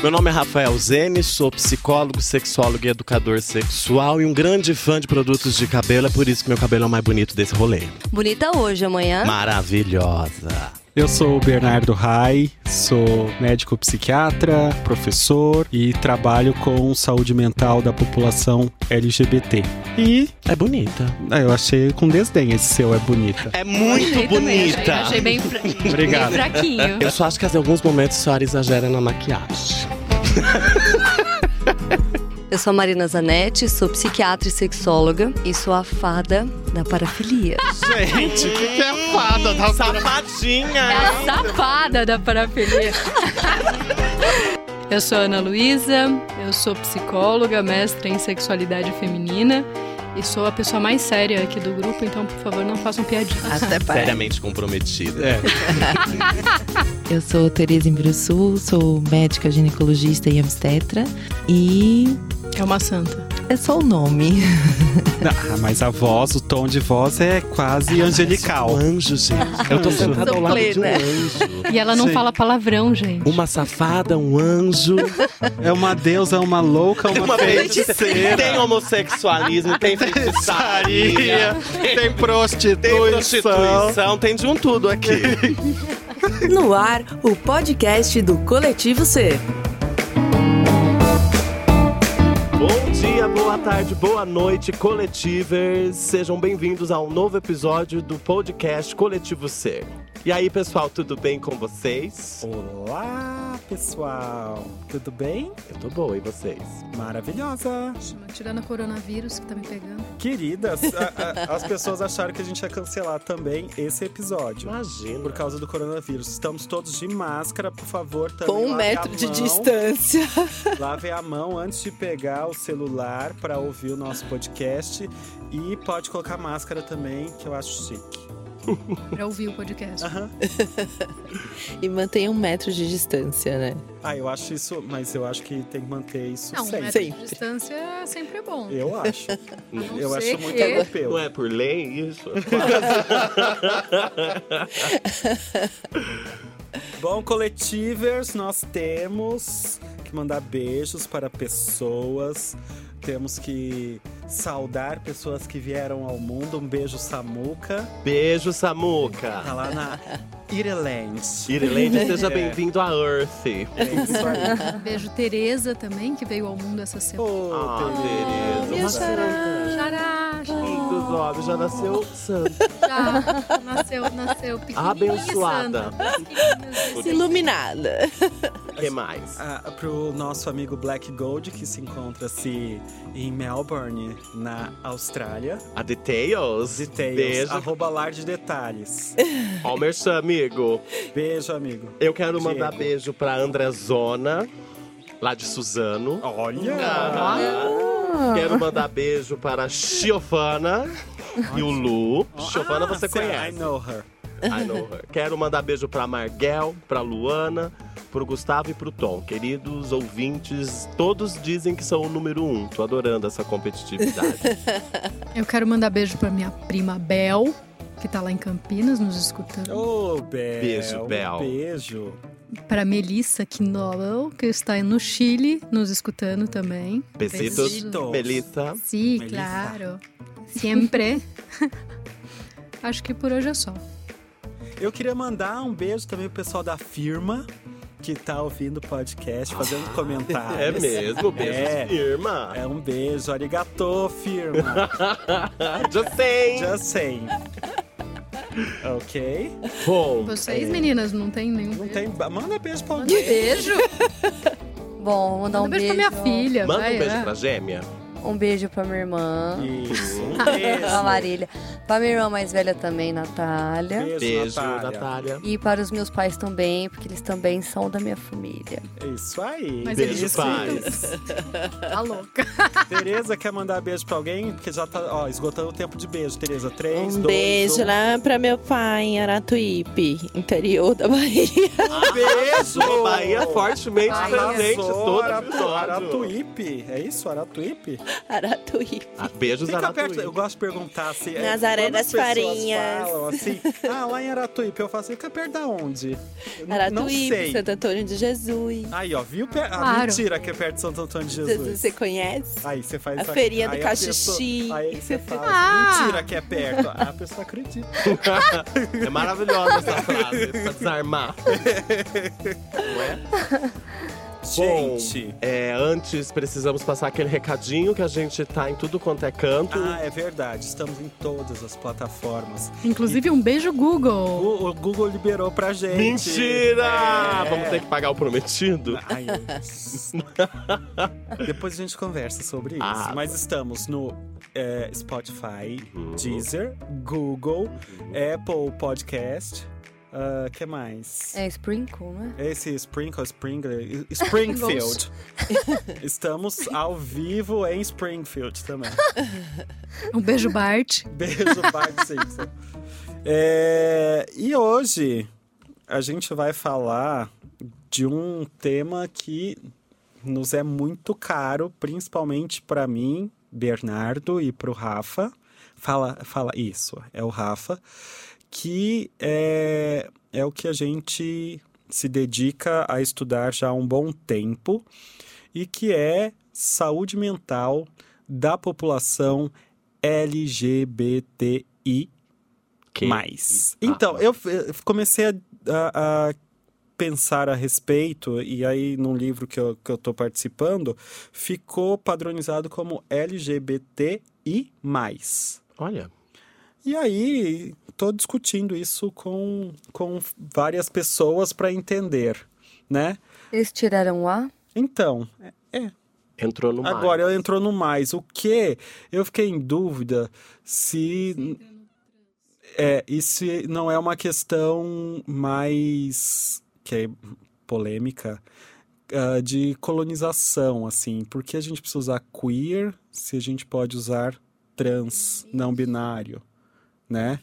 Meu nome é Rafael Zene, sou psicólogo, sexólogo e educador sexual e um grande fã de produtos de cabelo. É por isso que meu cabelo é o mais bonito desse rolê. Bonita hoje, amanhã. Maravilhosa. Eu sou o Bernardo Rai, sou médico psiquiatra, professor e trabalho com saúde mental da população LGBT. E é bonita. Eu achei com desdém esse seu é bonita. É muito bonita. Achei bem Obrigado. Bem fraquinho. Eu só acho que em alguns momentos a senhora exagera na maquiagem. Eu sou a Marina Zanetti, sou psiquiatra e sexóloga e sou a fada da parafilia. Gente, o que é fada da safadinha? É a safada da parafilia. Eu sou a Ana Luísa, eu sou psicóloga, mestra em sexualidade feminina e sou a pessoa mais séria aqui do grupo, então, por favor, não façam piadinhas. Até parece. Seriamente comprometida. É. Eu sou Tereza Imbruçu, sou médica ginecologista e obstetra e É uma santa. é só o nome. Mas a voz, o tom de voz é quase angelical. Um anjo, gente. Eu tô sentada ao lado de um plena. anjo. E ela não Sim. fala palavrão, gente. Uma safada, um anjo. É uma deusa, uma louca, uma feiticeira. Tem homossexualismo, tem feitiçaria, Tem prostituição. tem prostituição, tem de um tudo aqui. No ar, o podcast do Coletivo C. Bom dia, boa tarde, boa noite, coletivers. Sejam bem-vindos a um novo episódio do podcast Coletivo C. E aí, pessoal, tudo bem com vocês? Olá, pessoal. Tudo bem? Eu tô boa, e vocês? Maravilhosa. Tirando o coronavírus que tá me pegando. Queridas, as pessoas acharam que a gente ia cancelar também esse episódio. Imagina. Por causa do coronavírus. Estamos todos de máscara, por favor. Também Com 1 lave metro a de mão. distância. Lave a mão antes de pegar o celular para ouvir o nosso podcast. E pode colocar máscara também, que eu acho chique. Pra ouvir o podcast. E mantenha 1 metro de distância, né? Eu acho isso, mas eu acho que tem que manter isso Não, 1 sempre. metro de Sempre. distância sempre é bom. Eu acho. Eu sei acho muito que- europeu. Não é por lei isso? Bom, coletivers, nós temos que mandar beijos para pessoas. Temos que saudar pessoas que vieram ao mundo. Um beijo, Samuca. Beijo, Samuca. Tá lá na Ireland. Irilene, seja bem-vindo a Earth. É isso aí. Beijo Tereza também, que veio ao mundo essa semana. Ô, Tereza. Tereza. Xará, Dos olhos, já nasceu santo. já nasceu pequenininha Abençoada. santa. Iluminada. O que mais? Pro nosso amigo Black Gold, que se encontra-se em Melbourne, na Austrália. A Details. Details, Beijo. @lar de detalhes. Ó o merchan, amigo. Beijo, amigo. Eu quero mandar Diego. beijo pra Andrezona, lá de Suzano. Olha! Quero mandar beijo para a Chiofana e o Lu. Chiofana você sim, conhece. I know her. I know her. Quero mandar beijo pra Marguel, pra Luana, pro Gustavo e pro Tom. Queridos ouvintes, todos dizem que são o número 1. Tô adorando essa competitividade. Eu quero mandar beijo pra minha prima Bel, que tá lá em Campinas nos escutando. Ô, Bel. Beijo, Bel. Beijo. Pra Melissa Quinol, que está no Chile nos escutando também. Besitos, Besitos. Melissa. Sim, Melissa. claro. Sempre. Acho que por hoje é só. Eu queria mandar um beijo também pro pessoal da firma que tá ouvindo o podcast, fazendo comentários. É mesmo, beijo, É. firma. É um beijo. Arigato, firma. Just saying. Just saying. Ok? Bom, Vocês, meninas, não tem nenhum Não beijo? tem... Manda beijo pra Manda alguém. beijo. Bom, vou mandar Manda um beijo beijo. pra minha filha. manda vai, um beijo né? pra gêmea. Um beijo pra minha irmã, Isso. Um pra beijo. Marília. Pra minha irmã mais velha também, Natália. Beijo, Natália. Natália. E para os meus pais também, porque eles também são da minha família. Isso aí. Mas Beijo, eles pais. Tá louca. Tereza quer mandar beijo pra alguém? Porque já tá esgotando o tempo de beijo. Tereza, 3, Um 2, beijo 1. lá pra meu pai em Aratuípe, interior da Bahia. Beijo! Bahia fortemente Bahia. presente todo Aratu- episódio. Aratuípe. É isso? Aratuípe? Aratuípe. Beijos, Fica perto. Aratuí. Eu gosto de perguntar se... Nazaré Maré quando das as pessoas Farinhas. falam assim, lá em Aratuípe, eu falo assim, fica perto da onde? Eu não Aratuípe, sei. Santo Antônio de Jesus. Aí, ó, viu? Claro. Mentira que é perto de Santo Antônio de Jesus. Você conhece? Aí você faz A essa- feirinha do aí a Caxixi. pessoa- Aí você fala, mentira que é perto. A pessoa acredita. É maravilhosa essa frase, pra desarmar. Não é? Gente. Bom, antes precisamos passar aquele recadinho que a gente tá em tudo quanto é canto. É verdade. Estamos em todas as plataformas. Inclusive, um beijo, Google. O Google liberou pra gente. Mentira! É. Vamos ter que pagar o prometido? Ai, depois a gente conversa sobre isso. Mas estamos no Spotify, Deezer, Google, Apple Podcast. Que mais? É Sprinkle, né? Esse Springfield. Estamos ao vivo em Springfield também. Um beijo, Bart. Beijo, Bart Simpson. E hoje a gente vai falar de um tema que nos é muito caro, principalmente para mim, Bernardo, e para o Rafa. Fala isso, é o Rafa. Que é o que a gente se dedica a estudar já há um bom tempo e que é saúde mental da população LGBTI+. Então, eu comecei a pensar a respeito, e aí num livro que eu tô participando, ficou padronizado como LGBTI+. Olha. E aí, estou discutindo isso com várias pessoas para entender, né? Eles tiraram o A? Então, Entrou no mais. agora entrou no mais. O que? Eu fiquei em dúvida se não é uma questão mais que é polêmica de colonização, assim. Por que a gente precisa usar queer se a gente pode usar trans, não binário? Né?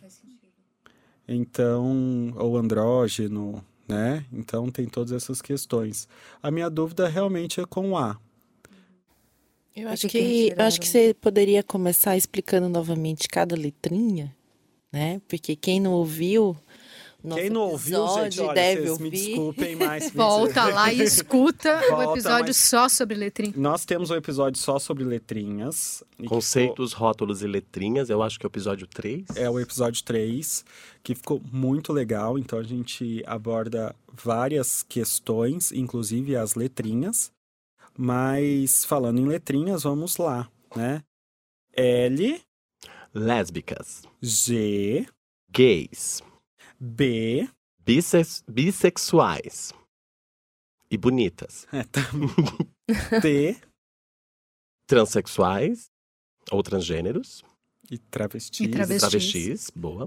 Então, ou andrógeno, né? Então tem todas essas questões. A minha dúvida realmente é com o A. Eu acho que você poderia começar explicando novamente cada letrinha, né? Porque quem não ouviu, quem não ouviu, gente, olha, deve vocês me ouvir. desculpem, mas... Volta lá e escuta o Volta, episódio mas- só sobre letrinha. Nós temos um episódio só sobre letrinhas. E que Conceitos, rótulos e letrinhas, eu acho que é o episódio 3. É o episódio 3, que ficou muito legal. Então, a gente aborda várias questões, inclusive as letrinhas. Mas, falando em letrinhas, vamos lá, né? L, Lésbicas, G, gays, B... bissexuais e bonitas, T transexuais ou transgêneros, e travestis. E travestis. travestis, boa,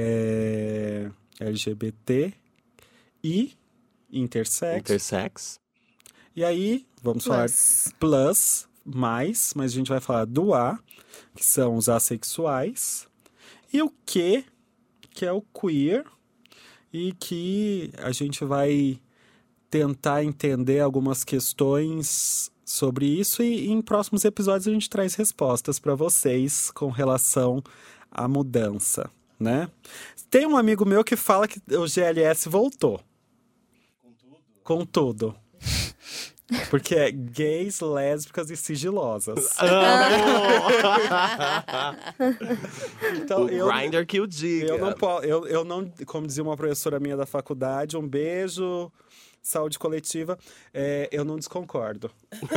LGBT e intersex. intersex, E aí, vamos falar plus, mais, mas a gente vai falar do A, que são os assexuais, e o Q, que é o queer, e que a gente vai tentar entender algumas questões sobre isso, e em próximos episódios a gente traz respostas para vocês com relação à mudança, né? Tem um amigo meu que fala que o GLS voltou. Com tudo. Porque é gays, lésbicas e sigilosas. Então, o Grindr que o diga. eu não, como dizia uma professora minha da faculdade, um beijo, saúde coletiva, eu não desconcordo.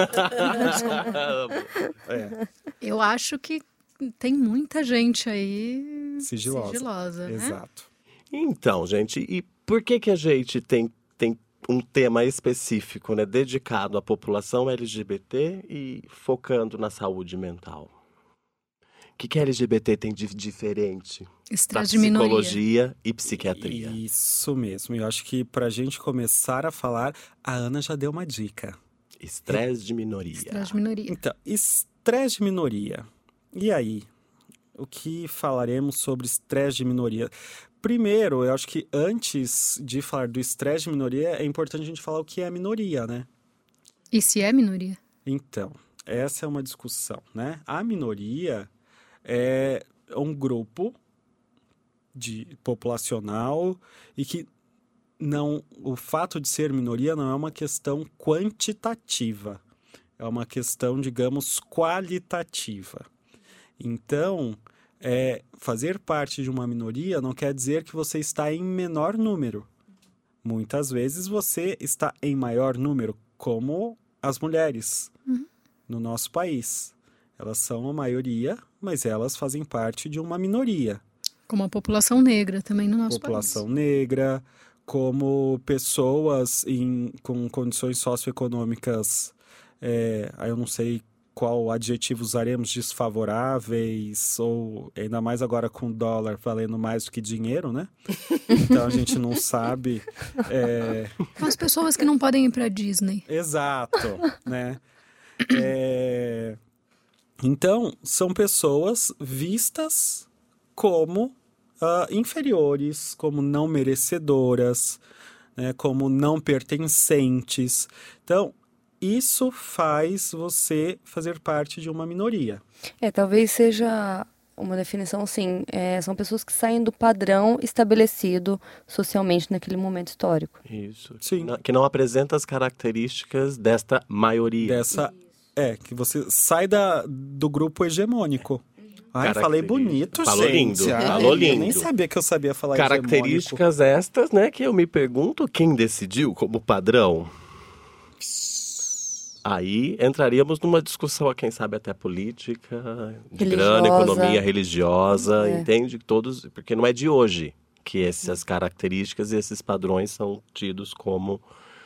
Eu acho que tem muita gente aí Sigilosa. né? Exato. Então, gente, e por que a gente tem um tema específico, né, dedicado à população LGBT e focando na saúde mental? O que a LGBT tem de diferente da Estresse de minoria. psicologia e psiquiatria? Isso mesmo. E eu acho que pra gente começar a falar, a Ana já deu uma dica. Estresse de minoria. Estresse de minoria. Então, estresse de minoria. E aí? O que falaremos sobre estresse de minoria? Primeiro, eu acho que antes de falar do estresse de minoria, é importante a gente falar o que é minoria, né? E se é minoria? Então, essa é uma discussão, né? A minoria é um grupo populacional e que o fato de ser minoria não é uma questão quantitativa, é uma questão, digamos, qualitativa. Então, fazer parte de uma minoria não quer dizer que você está em menor número. Muitas vezes você está em maior número, como as mulheres no nosso país. Elas são a maioria, mas elas fazem parte de uma minoria. Como a população negra também no nosso país. População negra, como pessoas com condições socioeconômicas, eu não sei qual adjetivo usaremos, desfavoráveis, ou ainda mais agora com o dólar valendo mais do que dinheiro, né? Então a gente não sabe. As pessoas que não podem ir para Disney. Exato, né? Então, são pessoas vistas como inferiores, como não merecedoras, né? Como não pertencentes. Então, isso faz você fazer parte de uma minoria. Talvez seja uma definição assim, são pessoas que saem do padrão estabelecido socialmente naquele momento histórico. Isso. Sim. Que não apresenta as características desta maioria. Que você sai do grupo hegemônico. Ai, falei bonito, falou gente. Lindo, falou lindo. Eu nem sabia que eu sabia falar características hegemônico. Estas, né, que eu me pergunto quem decidiu como padrão. Aí entraríamos numa discussão, quem sabe até política, de grana, economia religiosa, entende? Todos, porque não é de hoje que essas características e esses padrões são tidos como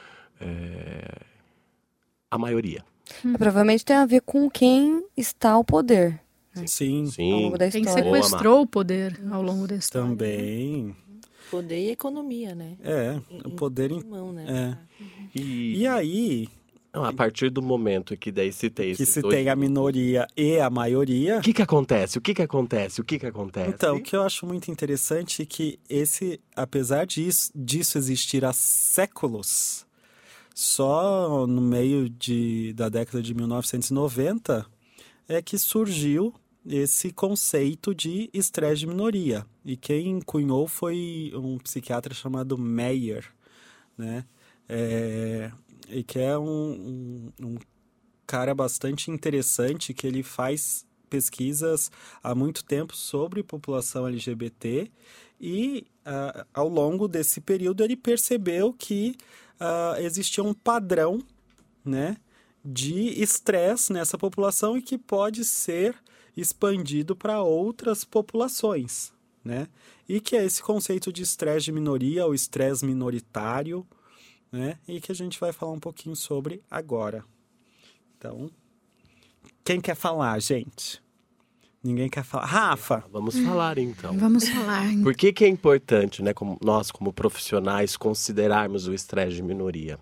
a maioria. Provavelmente tem a ver com quem está ao poder. Sim. Ao longo da história. Quem sequestrou o poder ao longo da história. Também. Poder e economia, né? O poder em mão, né? E aí... A partir do momento que daí se tem tem a minoria e a maioria... O que acontece? O que acontece? Então, o que eu acho muito interessante é que apesar disso existir há séculos, só no meio da década de 1990 é que surgiu esse conceito de estresse de minoria. E quem cunhou foi um psiquiatra chamado Meyer, né? E que é um cara bastante interessante, que ele faz pesquisas há muito tempo sobre população LGBT e ao longo desse período ele percebeu que existia um padrão, né, de estresse nessa população e que pode ser expandido para outras populações, né? E que é esse conceito de estresse de minoria ou estresse minoritário, né? E que a gente vai falar um pouquinho sobre agora. Então, quem quer falar, gente? Ninguém quer falar. Rafa! Vamos falar, então. Vamos falar. Por que é importante, né, nós, como profissionais, considerarmos o estresse de minoria?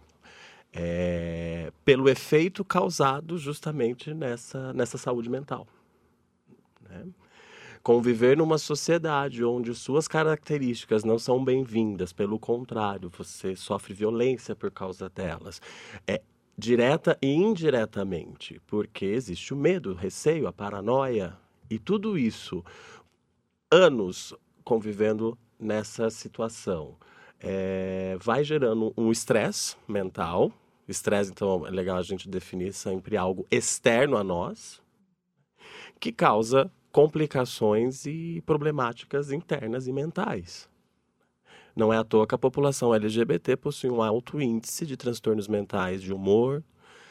Pelo efeito causado justamente nessa saúde mental, né? Conviver numa sociedade onde suas características não são bem-vindas, pelo contrário, você sofre violência por causa delas, direta e indiretamente, porque existe o medo, o receio, a paranoia, e tudo isso, anos convivendo nessa situação, vai gerando um estresse mental. Estresse, então, é legal a gente definir sempre algo externo a nós, que causa complicações e problemáticas internas e mentais. Não é à toa que a população LGBT possui um alto índice de transtornos mentais de humor,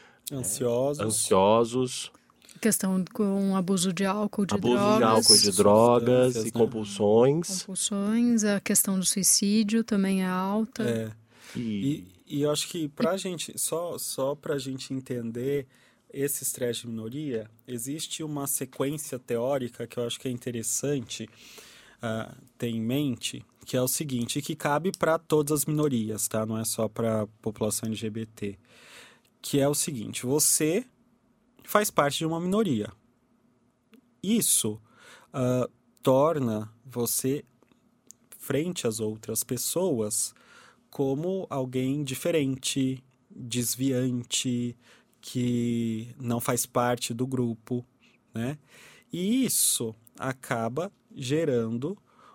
ansiosos, questão com abuso de álcool, de drogas e compulsões. A questão do suicídio também é alta. E eu acho que pra gente, só pra gente entender esse estresse de minoria, existe uma sequência teórica que eu acho que é interessante ter em mente, que é o seguinte, que cabe para todas as minorias, tá? Não é só para a população LGBT. Que é o seguinte, você faz parte de uma minoria. Isso torna você, frente às outras pessoas, como alguém diferente, desviante, que não faz parte do grupo, né? E isso acaba gerando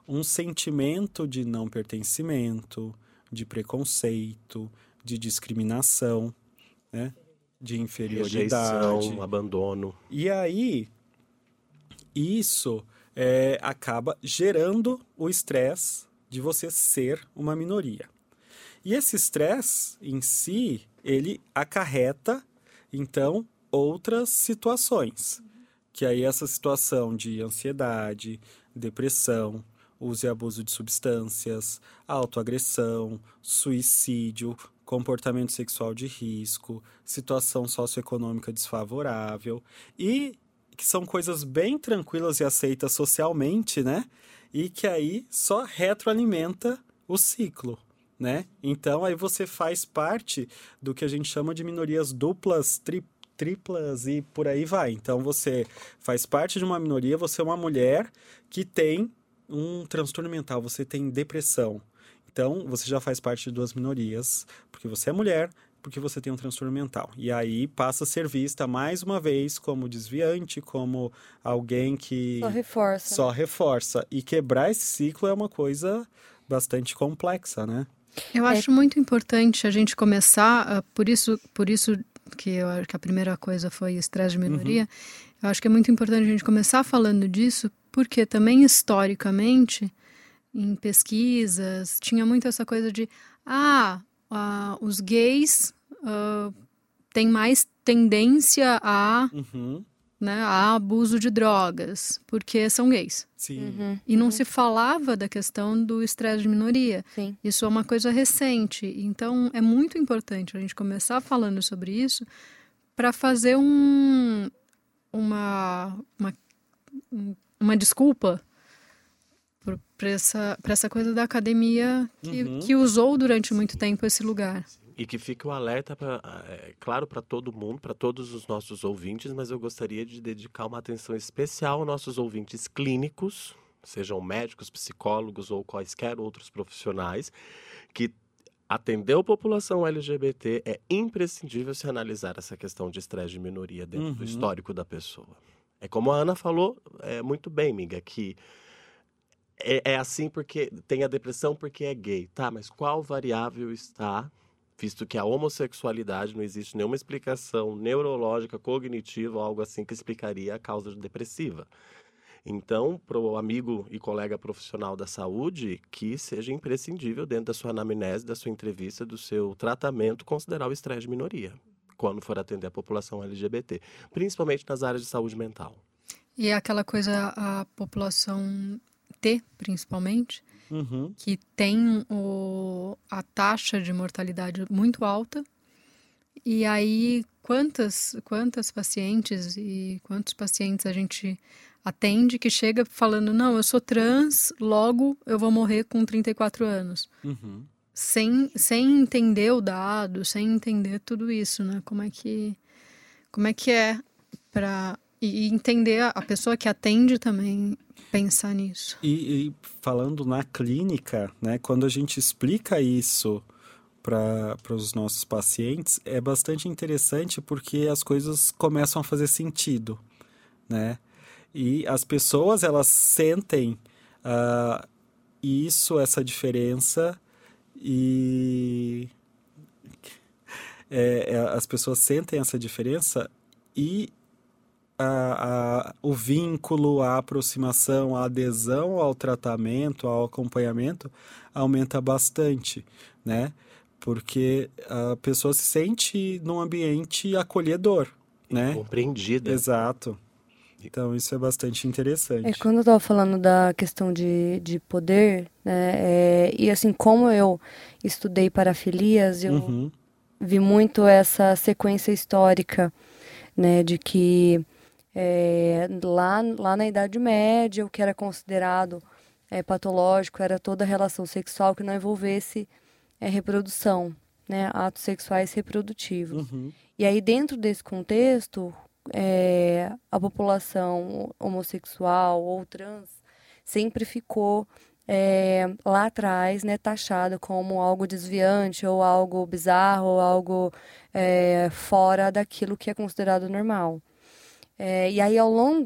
um sentimento de não pertencimento, de preconceito, de discriminação, né? De inferioridade. Rejeição, abandono. E aí, isso acaba gerando o estresse de você ser uma minoria. E esse estresse em si, ele acarreta, então, outras situações. Que aí essa situação de ansiedade, depressão, uso e abuso de substâncias, autoagressão, suicídio, comportamento sexual de risco, situação socioeconômica desfavorável, e que são coisas bem tranquilas e aceitas socialmente, né? E que aí só retroalimenta o ciclo, né? Então aí você faz parte do que a gente chama de minorias duplas, triplas e por aí vai. Então você faz parte de uma minoria, você é uma mulher que tem um transtorno mental, você tem depressão. Então, você já faz parte de duas minorias, porque você é mulher, porque você tem um transtorno mental. E aí passa a ser vista mais uma vez como desviante, como alguém que só reforça. E quebrar esse ciclo é uma coisa bastante complexa, né? Eu acho muito importante a gente começar, por isso que eu acho que a primeira coisa foi estresse de minoria. Eu acho que é muito importante a gente começar falando disso, porque também historicamente, em pesquisas, tinha muito essa coisa de os gays têm mais tendência né, a abuso de drogas, porque são gays. Sim. E não se falava da questão do estresse de minoria. Sim. Isso é uma coisa recente. Então, é muito importante a gente começar falando sobre isso para fazer uma desculpa para essa coisa da academia que usou durante muito tempo esse lugar. E que fique o alerta, claro, para todo mundo, para todos os nossos ouvintes, mas eu gostaria de dedicar uma atenção especial aos nossos ouvintes clínicos, sejam médicos, psicólogos ou quaisquer outros profissionais, que atender a população LGBT é imprescindível se analisar essa questão de estresse de minoria dentro do histórico da pessoa. É como a Ana falou muito bem, amiga, que é assim porque tem a depressão porque é gay. Tá, mas qual variável está, visto que a homossexualidade não existe nenhuma explicação neurológica, cognitiva ou algo assim que explicaria a causa depressiva. Então, para o amigo e colega profissional da saúde, que seja imprescindível dentro da sua anamnese, da sua entrevista, do seu tratamento, considerar o estresse de minoria, quando for atender a população LGBT, principalmente nas áreas de saúde mental. E é aquela coisa, a população T, principalmente, que tem a taxa de mortalidade muito alta. E aí, quantas pacientes e quantos pacientes a gente atende que chega falando, não, eu sou trans, logo eu vou morrer com 34 anos. Sem entender o dado, sem entender tudo isso, né? Como é que é para... E entender a pessoa que atende também pensar nisso. E falando na clínica, né, quando a gente explica isso para os nossos pacientes, é bastante interessante porque as coisas começam a fazer sentido, né? E as pessoas, elas sentem essa diferença e... as pessoas sentem essa diferença e o vínculo, a aproximação, a adesão ao tratamento, ao acompanhamento aumenta bastante, né? Porque a pessoa se sente num ambiente acolhedor, né? Compreendida. Exato. Então, isso é bastante interessante. Quando eu estava falando da questão de poder, né? E assim, como eu estudei parafilias, eu vi muito essa sequência histórica, né? De que lá na Idade Média, o que era considerado patológico era toda relação sexual que não envolvesse reprodução, né? Atos sexuais reprodutivos. E aí, dentro desse contexto, a população homossexual ou trans sempre ficou lá atrás, né, taxada como algo desviante ou algo bizarro ou algo fora daquilo que é considerado normal. E aí, ao longo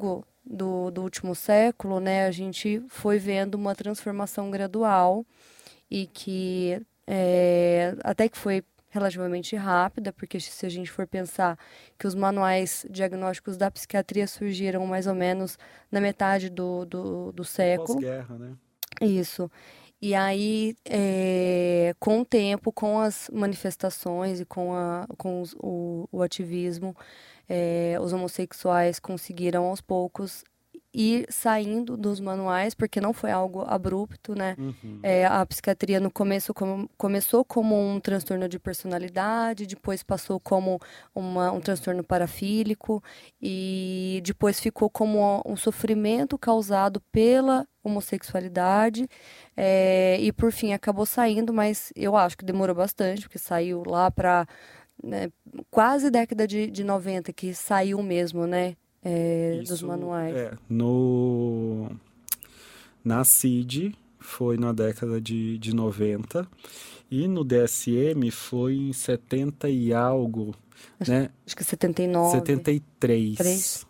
do último século, né, a gente foi vendo uma transformação gradual e que até que foi relativamente rápida, porque se a gente for pensar que os manuais diagnósticos da psiquiatria surgiram mais ou menos na metade do século. Pós-guerra, né? Isso. E aí, com o tempo, com as manifestações e com o ativismo, os homossexuais conseguiram aos poucos ir saindo dos manuais, porque não foi algo abrupto, né? Uhum. A psiquiatria no começo começou como um transtorno de personalidade, depois passou como um transtorno parafílico e depois ficou como um sofrimento causado pela homossexualidade e por fim acabou saindo, mas eu acho que demorou bastante, porque saiu lá para quase década de 90 que saiu mesmo, né? Dos manuais. Na CID foi na década de 90 e no DSM foi em 70 e algo, né? Acho que 79. 73.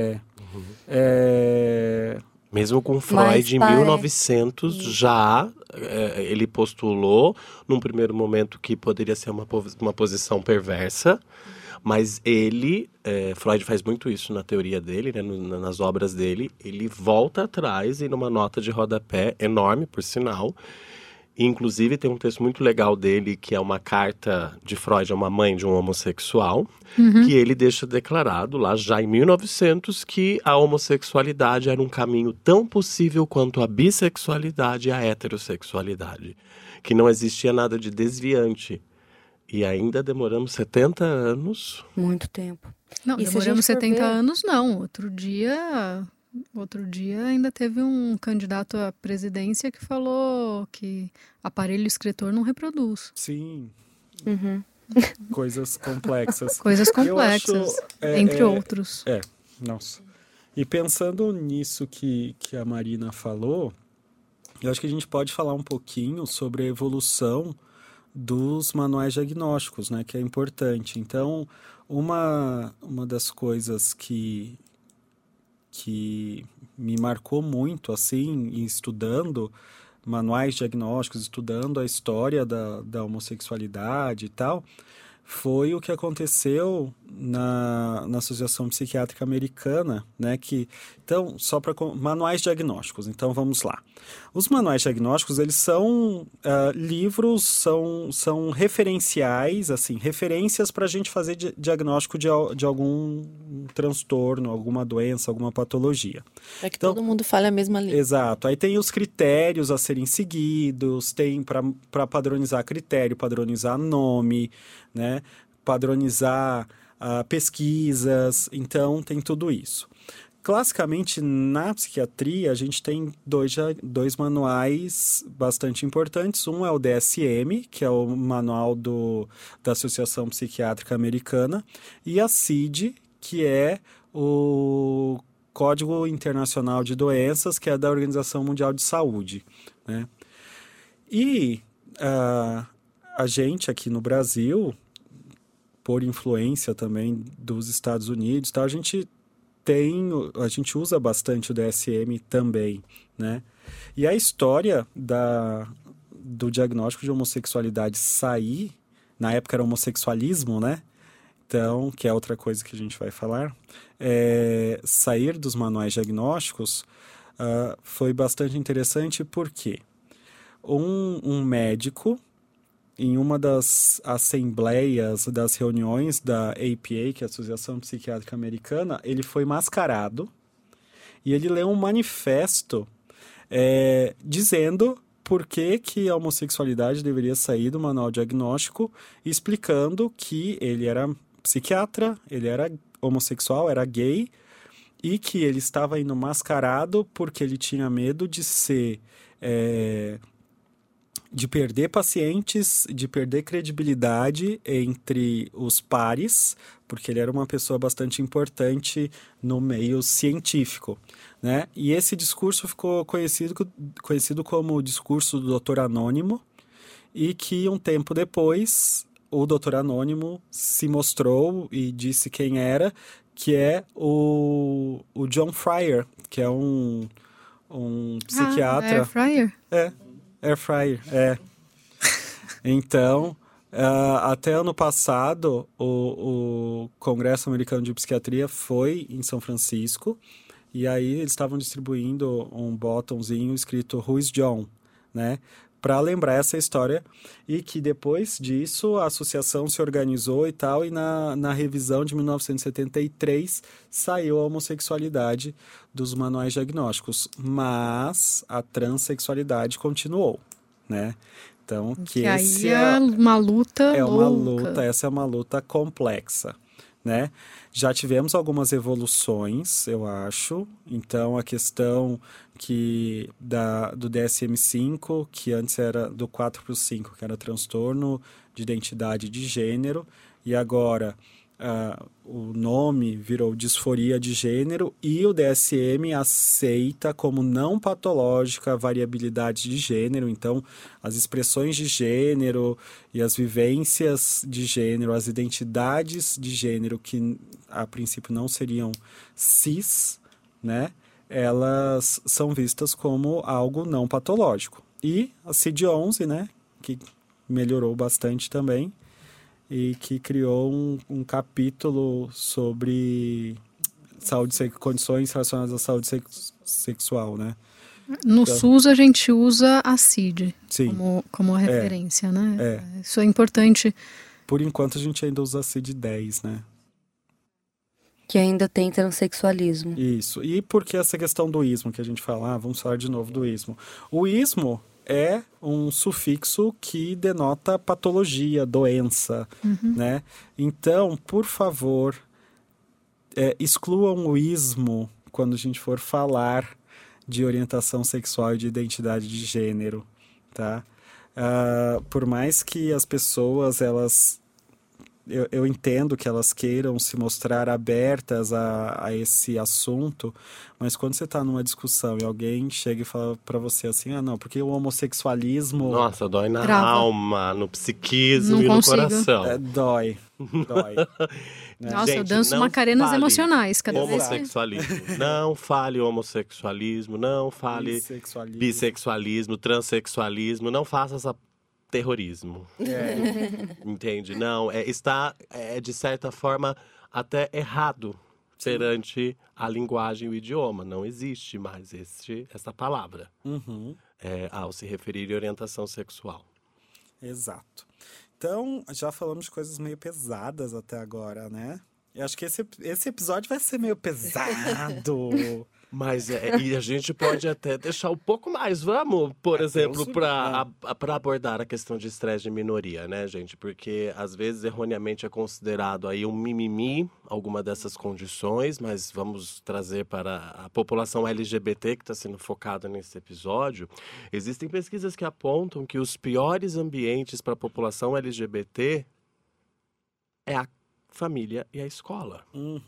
Mesmo com Freud, em 1900, já ele postulou, num primeiro momento, que poderia ser uma posição perversa, mas Freud faz muito isso na teoria dele, né, nas obras dele, ele volta atrás e numa nota de rodapé, enorme, por sinal, inclusive tem um texto muito legal dele, que é uma carta de Freud a uma mãe de um homossexual, que ele deixa declarado lá, já em 1900, que a homossexualidade era um caminho tão possível quanto a bissexualidade e a heterossexualidade, que não existia nada de desviante. E ainda demoramos 70 anos. Muito tempo. Não, demoramos 70 anos, não. Outro dia ainda teve um candidato à presidência que falou que aparelho excretor não reproduz. Sim. Uhum. Coisas complexas. Coisas complexas, entre outros. Nossa. E pensando nisso que a Marina falou, eu acho que a gente pode falar um pouquinho sobre a evolução dos manuais diagnósticos, né, que é importante. Então, uma das coisas que me marcou muito, assim, estudando manuais diagnósticos, estudando a história da homossexualidade e tal, foi o que aconteceu na Associação Psiquiátrica Americana, né? Então, só para manuais diagnósticos. Então, vamos lá. Os manuais diagnósticos, eles são livros, são referenciais, assim, referências para a gente fazer diagnóstico de algum transtorno, alguma doença, alguma patologia. Para que todo mundo fale a mesma língua. Exato. Aí tem os critérios a serem seguidos, tem para padronizar critério, padronizar nome, né? Padronizar pesquisas, então tem tudo isso. Classicamente, na psiquiatria, a gente tem dois manuais bastante importantes. Um é o DSM, que é o manual da Associação Psiquiátrica Americana, e a CID, que é o Código Internacional de Doenças, que é da Organização Mundial de Saúde, né? E a gente aqui no Brasil, por influência também dos Estados Unidos, tá? A gente usa bastante o DSM também, né? E a história do diagnóstico de homossexualidade sair, na época era homossexualismo, né? Então, que é outra coisa que a gente vai falar, sair dos manuais diagnósticos foi bastante interessante porque um médico, em uma das assembleias, das reuniões da APA, que é a Associação Psiquiátrica Americana, ele foi mascarado e ele leu um manifesto dizendo por que a homossexualidade deveria sair do manual diagnóstico, explicando que ele era psiquiatra, ele era homossexual, era gay, e que ele estava indo mascarado porque ele tinha medo de de perder pacientes, de perder credibilidade entre os pares, porque ele era uma pessoa bastante importante no meio científico, né? E esse discurso ficou conhecido como o discurso do Dr. Anônimo, e que um tempo depois o Dr. Anônimo se mostrou e disse quem era, que é o John Fryer, que é um psiquiatra. Air Fryer? Air Fryer, Então, até ano passado, o Congresso Americano de Psiquiatria foi em São Francisco, e aí eles estavam distribuindo um botãozinho escrito Who is John, né? Para lembrar essa história, e que depois disso a associação se organizou e tal, e na revisão de 1973 saiu a homossexualidade dos manuais diagnósticos, mas a transexualidade continuou, né? Então, que aí é uma luta essa é uma luta complexa, né? Já tivemos algumas evoluções, eu acho. Então, a questão do DSM-5, que antes era do 4 para o 5, que era transtorno de identidade de gênero, e agora o nome virou disforia de gênero, e o DSM aceita como não patológica a variabilidade de gênero. Então, as expressões de gênero e as vivências de gênero, as identidades de gênero que a princípio não seriam cis, né? Elas são vistas como algo não patológico. E a CID-11, né? Que melhorou bastante também, e que criou um capítulo sobre condições relacionadas à saúde sexual, né? No SUS a gente usa a CID como referência, né? Isso é importante. Por enquanto a gente ainda usa a CID-10, né? Que ainda tem transexualismo. Isso. E por que essa questão do ismo que a gente fala? Vamos falar de novo do ismo. O ismo é um sufixo que denota patologia, doença, né? Então, por favor, excluam o ismo quando a gente for falar de orientação sexual e de identidade de gênero, tá? Por mais que as pessoas, eu entendo que elas queiram se mostrar abertas a esse assunto, mas quando você está numa discussão e alguém chega e fala para você assim, não, porque o homossexualismo... Nossa, dói na Trava. alma, no psiquismo Não e consigo. no coração. Dói. Nossa, Gente, eu danço não macarenas fale emocionais cada vez que... homossexualismo. Não fale homossexualismo, não fale bissexualismo, transexualismo, não faça essa terrorismo. Entende? Não, está de certa forma até errado perante a linguagem e o idioma. Não existe mais essa palavra ao se referir à orientação sexual. Exato. Então, já falamos de coisas meio pesadas até agora, né? Eu acho que esse episódio vai ser meio pesado. Mas e a gente pode até deixar um pouco mais, vamos, por exemplo, para abordar a questão de estresse de minoria, né, gente? Porque às vezes erroneamente é considerado aí um mimimi, alguma dessas condições, mas vamos trazer para a população LGBT que está sendo focada nesse episódio. Existem pesquisas que apontam que os piores ambientes para a população LGBT é a família e a escola.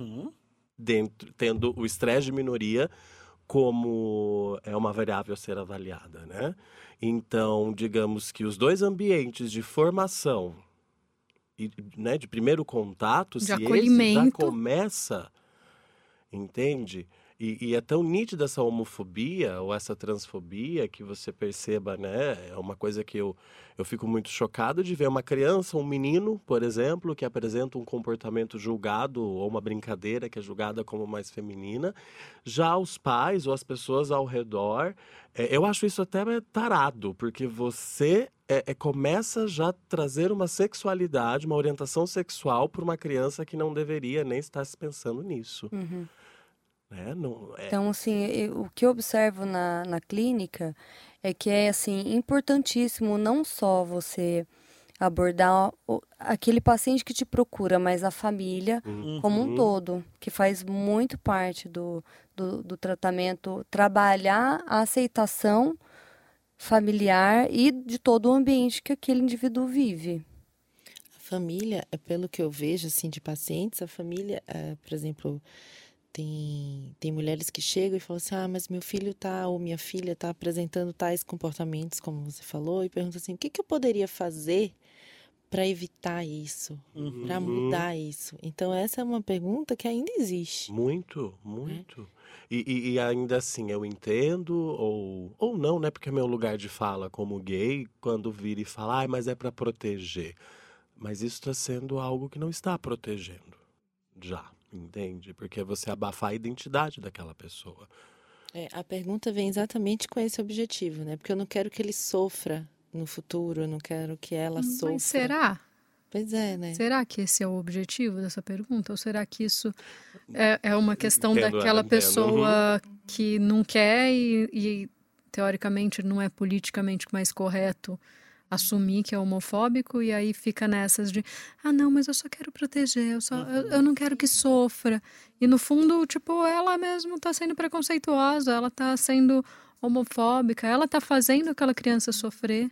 Tendo o estresse de minoria como uma variável a ser avaliada, né? Então, digamos que os dois ambientes de formação e, né, de primeiro contato, de se acolhimento, esse já começa, entende? E é tão nítida essa homofobia ou essa transfobia que você perceba, né? É uma coisa que eu fico muito chocado de ver uma criança, um menino, por exemplo, que apresenta um comportamento julgado ou uma brincadeira que é julgada como mais feminina. Já os pais ou as pessoas ao redor, eu acho isso até tarado, porque você começa já a trazer uma sexualidade, uma orientação sexual para uma criança que não deveria nem estar se pensando nisso. Então, assim, o que eu observo na clínica é que é, assim, importantíssimo não só você abordar aquele paciente que te procura, mas a família como um todo, que faz muito parte do tratamento, trabalhar a aceitação familiar e de todo o ambiente que aquele indivíduo vive. A família, pelo que eu vejo, assim, de pacientes, a família, por exemplo... Tem mulheres que chegam e falam assim, mas meu filho ou minha filha está apresentando tais comportamentos, como você falou, e perguntam assim, o que eu poderia fazer para evitar isso, para mudar isso? Então, essa é uma pergunta que ainda existe. Muito, muito. E ainda assim, eu entendo, ou não, né? Porque é meu lugar de fala como gay, quando vira e fala, mas é para proteger. Mas isso está sendo algo que não está protegendo já, entende? Porque você abafar a identidade daquela pessoa. A pergunta vem exatamente com esse objetivo, né? Porque eu não quero que ele sofra no futuro, eu não quero que ela sofra. Mas será? Pois é, né? Será que esse é o objetivo dessa pergunta? Ou será que isso é uma questão Entendo, daquela entendo. pessoa que não quer e, teoricamente, não é politicamente mais correto assumir que é homofóbico e aí fica nessas de não, mas eu só quero proteger, eu não quero que sofra. E no fundo, tipo, ela mesmo tá sendo preconceituosa, ela tá sendo homofóbica, ela tá fazendo aquela criança sofrer.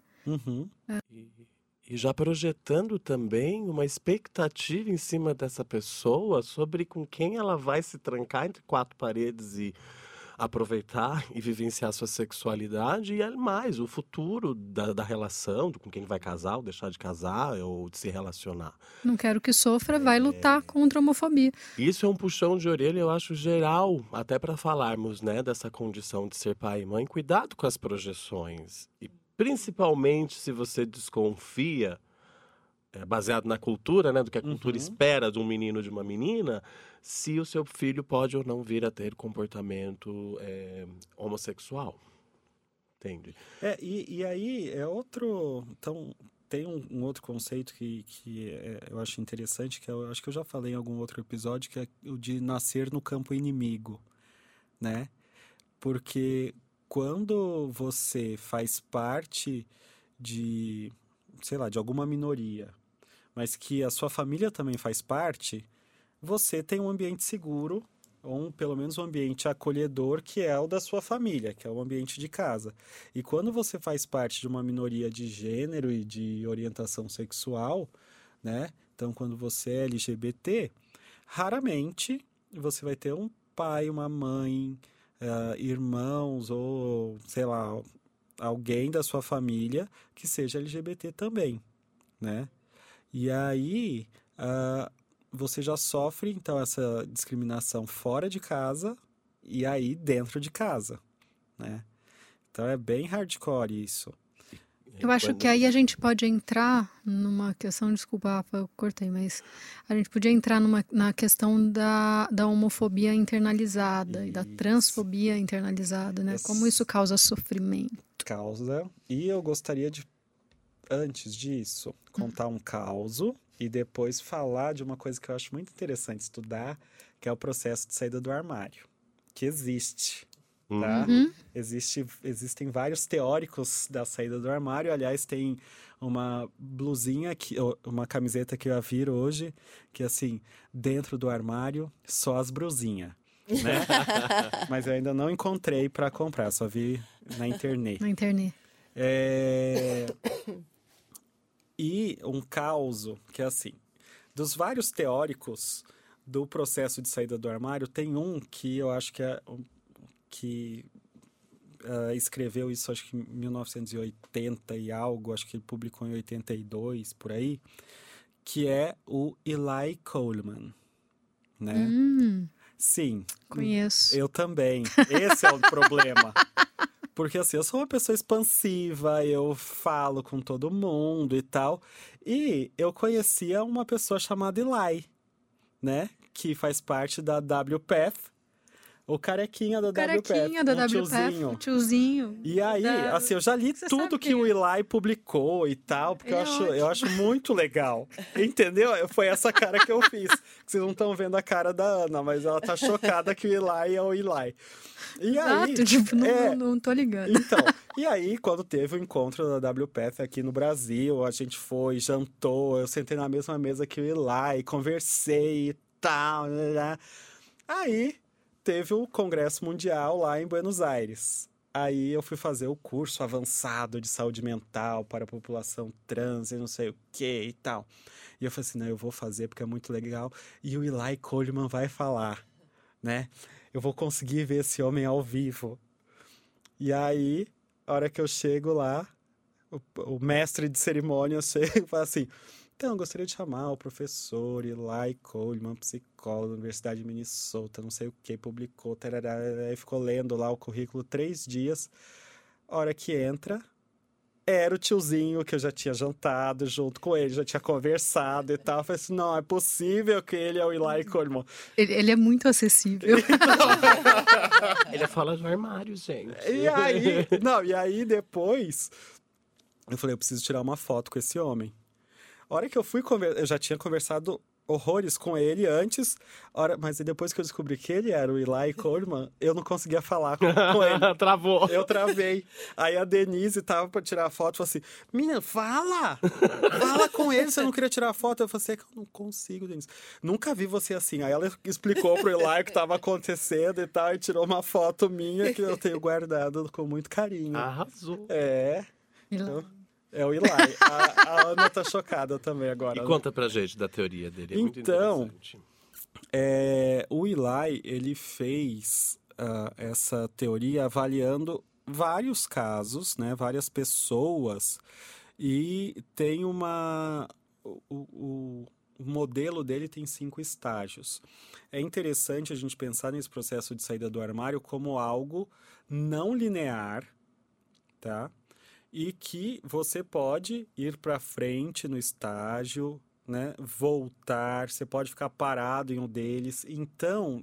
E já projetando também uma expectativa em cima dessa pessoa sobre com quem ela vai se trancar entre quatro paredes e aproveitar e vivenciar sua sexualidade e mais, o futuro da relação, com quem vai casar ou deixar de casar ou de se relacionar. Não quero que sofra, vai lutar contra a homofobia. Isso é um puxão de orelha, eu acho, geral, até para falarmos, né, dessa condição de ser pai e mãe. Cuidado com as projeções. E principalmente se você desconfia, baseado na cultura, né, do que a cultura espera de um menino ou de uma menina, se o seu filho pode ou não vir a ter comportamento homossexual. Entende? E aí é outro... Então, tem um outro conceito que eu acho interessante, que eu acho que eu já falei em algum outro episódio, que é o de nascer no campo inimigo, né? Porque quando você faz parte de, sei lá, de alguma minoria, mas que a sua família também faz parte, você tem um ambiente seguro, ou pelo menos um ambiente acolhedor, que é o da sua família, que é o ambiente de casa. E quando você faz parte de uma minoria de gênero e de orientação sexual, né? Então, quando você é LGBT, raramente você vai ter um pai, uma mãe, irmãos ou, sei lá, alguém da sua família que seja LGBT também, né? E aí, você já sofre, então, essa discriminação fora de casa e aí dentro de casa, né? Então, é bem hardcore isso. Eu acho que aí a gente pode entrar numa questão, desculpa, Rafa, eu cortei, mas a gente podia entrar na questão da homofobia internalizada e da transfobia internalizada, né? Como isso causa sofrimento. Causa. E eu gostaria de, antes disso, contar um caso e depois falar de uma coisa que eu acho muito interessante estudar, que é o processo de saída do armário, que existe. Tá? Existem vários teóricos da saída do armário. Aliás, tem uma blusinha, uma camiseta que eu vi hoje, que assim, dentro do armário, só as brusinhas, né? Mas eu ainda não encontrei para comprar, só vi na internet. Na internet. E um caso que é assim, dos vários teóricos do processo de saída do armário, tem um que eu acho que é... que escreveu isso, acho que em 1980 e algo, acho que ele publicou em 82, por aí, que é o Eli Coleman, né? Sim. Conheço. Eu também. Esse é o problema. Porque, assim, eu sou uma pessoa expansiva, eu falo com todo mundo e tal, e eu conhecia uma pessoa chamada Eli, né? Que faz parte da WPATH, o carequinha da WPATH, o tiozinho. E aí, assim, eu já li tudo que o Eli publicou e tal, porque eu acho muito legal. Entendeu? Foi essa cara que eu fiz. Vocês não estão vendo a cara da Ana, mas ela tá chocada que o Eli é o Eli. E aí, tipo, não tô ligando. Então, e aí, quando teve o encontro da WPATH aqui no Brasil, a gente foi, jantou, eu sentei na mesma mesa que o Eli, conversei e tal, né? Aí... teve o Congresso Mundial lá em Buenos Aires. Aí eu fui fazer o curso avançado de saúde mental para a população trans e não sei o que e tal. E eu falei assim, não, eu vou fazer porque é muito legal. E o Eli Coleman vai falar, né? Eu vou conseguir ver esse homem ao vivo. E aí, a hora que eu chego lá, o mestre de cerimônia chega e fala assim, Então, eu gostaria de chamar o professor Eli Coleman, psicólogo da Universidade de Minnesota, não sei o que, publicou, tarará, e ficou lendo lá o currículo 3 dias. A hora que entra, era o tiozinho que eu já tinha jantado junto com ele, já tinha conversado e tal. Eu falei assim, não, é possível que ele é o Eli Coleman. Ele é muito acessível. Ele fala do armário, gente. E aí depois, eu falei, eu preciso tirar uma foto com esse homem. A hora que eu fui eu já tinha conversado horrores com ele antes, mas depois que eu descobri que ele era o Eli Coleman, eu não conseguia falar com ele. Travou. Eu travei. Aí a Denise tava pra tirar a foto e falou assim, menina, fala com ele, você não queria tirar a foto? Eu falei assim, é que eu não consigo, Denise. Nunca vi você assim. Aí ela explicou pro Eli o que tava acontecendo e tal, e tirou uma foto minha que eu tenho guardado com muito carinho. Arrasou. Então, é o Eli. A Ana tá chocada também agora. E conta pra gente da teoria dele. É muito interessante. O Eli, ele fez essa teoria avaliando vários casos, né? Várias pessoas. E tem o modelo dele tem 5 estágios. É interessante a gente pensar nesse processo de saída do armário como algo não linear, tá? E que você pode ir para frente no estágio, né? Voltar, você pode ficar parado em um deles. Então,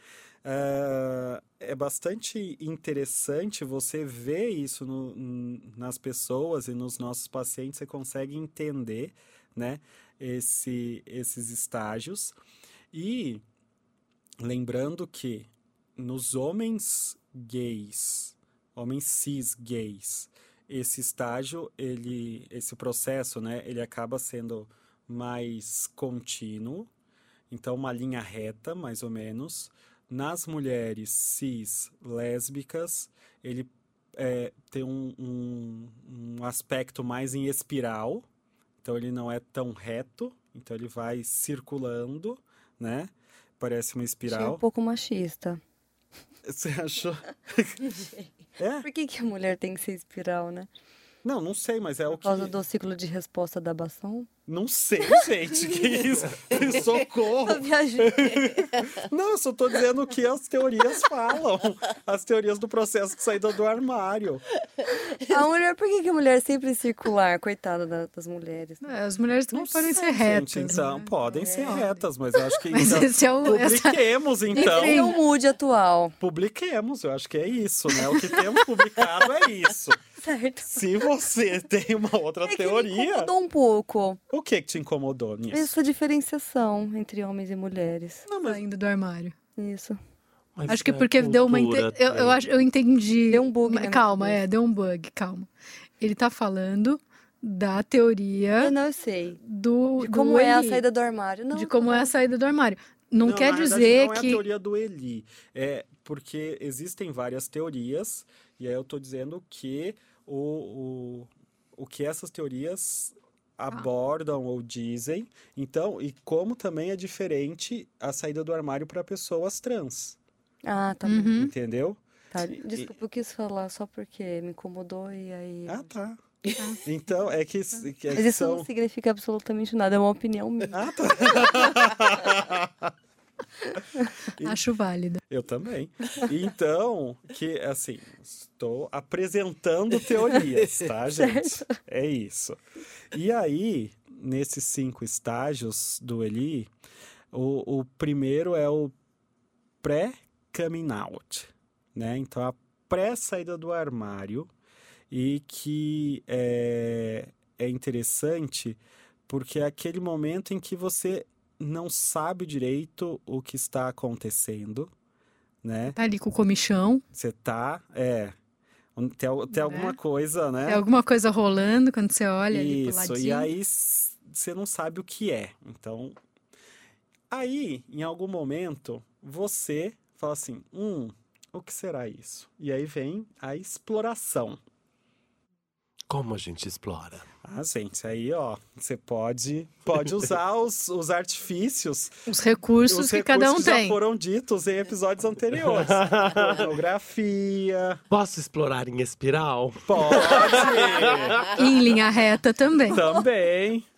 é bastante interessante você ver isso nas pessoas e nos nossos pacientes. Você consegue entender, né? Esses estágios. E lembrando que nos homens gays, homens cis gays, esse estágio, esse processo, né, ele acaba sendo mais contínuo, então uma linha reta, mais ou menos. Nas mulheres cis lésbicas, ele tem um aspecto mais em espiral, então ele não é tão reto, então ele vai circulando, né? Parece uma espiral. Achei um pouco machista. Você achou? Por que a mulher tem que ser espiral, né? Não sei, mas é o que... Por causa do ciclo de resposta da Basson? Não sei, gente, que isso? Socorro! Eu viajei. Não, eu só tô dizendo o que as teorias falam. As teorias do processo de saída do armário. Por que a mulher é sempre circular? Coitada das mulheres. As mulheres também podem ser retas. Gente, então, né? podem ser retas, mas eu acho que... Mas então, esse é publiquemos, então. Esse é o mood atual. Publiquemos, eu acho que é isso, né? O que temos publicado é isso. Certo. Se você tem uma outra teoria... Me incomodou um pouco. O que te incomodou nisso? Essa diferenciação entre homens e mulheres. Saindo do armário. Isso. Mas acho que porque deu uma... Eu entendi. Deu um bug. Calma, deu um bug, calma. Ele tá falando da teoria... Eu não sei. De como é a saída do armário. Não, de como é a saída do armário. Não quer dizer verdade, não que... é a teoria do Eli. É porque existem várias teorias, e aí eu tô dizendo que o que essas teorias abordam ou dizem. Então, e como também é diferente a saída do armário para pessoas trans. Ah, tá. Entendeu? Tá. Desculpa, eu quis falar só porque me incomodou e aí... Ah, tá. Então, é que mas isso não significa absolutamente nada, é uma opinião minha. Ah, tá. Acho válida. Eu também. Então, que assim, estou apresentando teorias, tá, gente? É isso. E aí, nesses 5 estágios do Eli, o primeiro é o pré-coming out, né? Então, a pré-saída do armário, e que é interessante porque é aquele momento em que você não sabe direito o que está acontecendo, né? Tá ali com o comichão. Você tá, tem alguma coisa, né? Tem alguma coisa rolando quando você olha ali pro ladinho. Isso, e aí você não sabe o que é. Então, aí, em algum momento, você fala assim, o que será isso? E aí vem a exploração. Como a gente explora? Ah, gente, aí, ó, você pode usar os artifícios. Os recursos que cada um tem. Já foram ditos em episódios anteriores. Pornografia. Posso explorar em espiral? Pode! Em linha reta também. Também.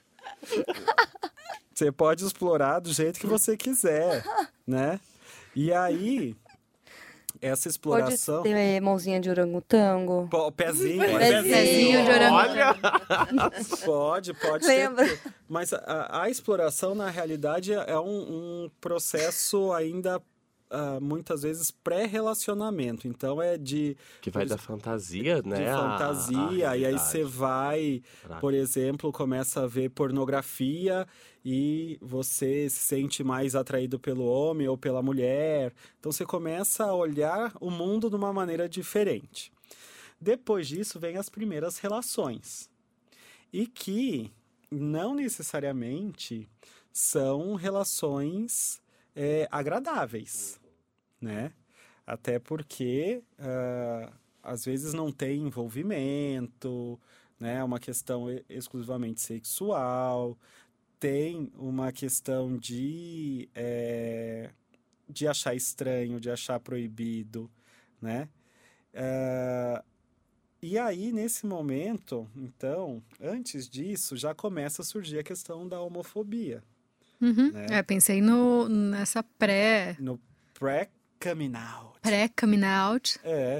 Você pode explorar do jeito que você quiser, né? E aí, essa exploração... Pode ter mãozinha de orangotango. Pezinho de orangotango. Pode Lembra? ser. Mas a exploração, na realidade, é um processo ainda... muitas vezes pré-relacionamento, então é de... Que vai da fantasia, né? De fantasia, e aí você vai, por exemplo, começa a ver pornografia e você se sente mais atraído pelo homem ou pela mulher. Então você começa a olhar o mundo de uma maneira diferente. Depois disso vem as primeiras relações. E que não necessariamente são relações agradáveis, né? Até porque às vezes não tem envolvimento, né? É uma questão exclusivamente sexual, tem uma questão de achar estranho, de achar proibido, né? E aí, nesse momento, então, antes disso, já começa a surgir a questão da homofobia. Uhum. Né? Pensei nessa No pré-coming out. Pré-coming out.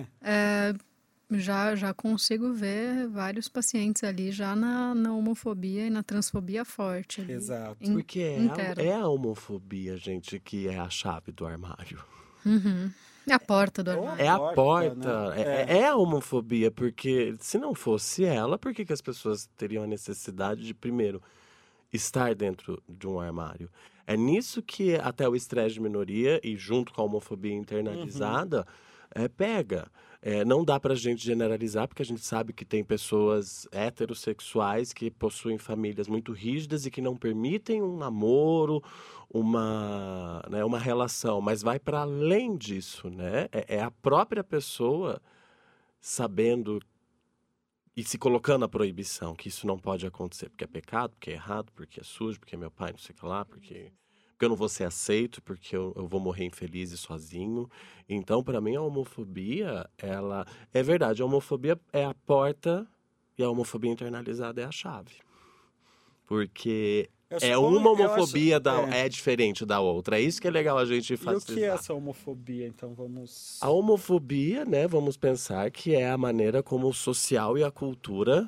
Já consigo ver vários pacientes ali já na homofobia e na transfobia forte. Ali, exato. Porque é a homofobia, gente, que é a chave do armário. Uhum. É a porta do armário. É a porta. Né? É a homofobia, porque se não fosse ela, por que as pessoas teriam a necessidade de, primeiro, estar dentro de um armário? É nisso que até o estresse de minoria, e junto com a homofobia internalizada, pega. Não dá pra gente generalizar, porque a gente sabe que tem pessoas heterossexuais que possuem famílias muito rígidas e que não permitem um namoro, uma relação, mas vai para além disso, né? É a própria pessoa sabendo e se colocando a proibição, que isso não pode acontecer, porque é pecado, porque é errado, porque é sujo, porque é meu pai, não sei o que lá, porque eu não vou ser aceito, porque eu vou morrer infeliz e sozinho. Então, para mim, a homofobia, ela... É verdade, a homofobia é a porta e a homofobia internalizada é a chave. Porque uma homofobia é diferente da outra. É isso que é legal a gente fazer. E o que é essa homofobia? Então, vamos... A homofobia, né, vamos pensar que é a maneira como o social e a cultura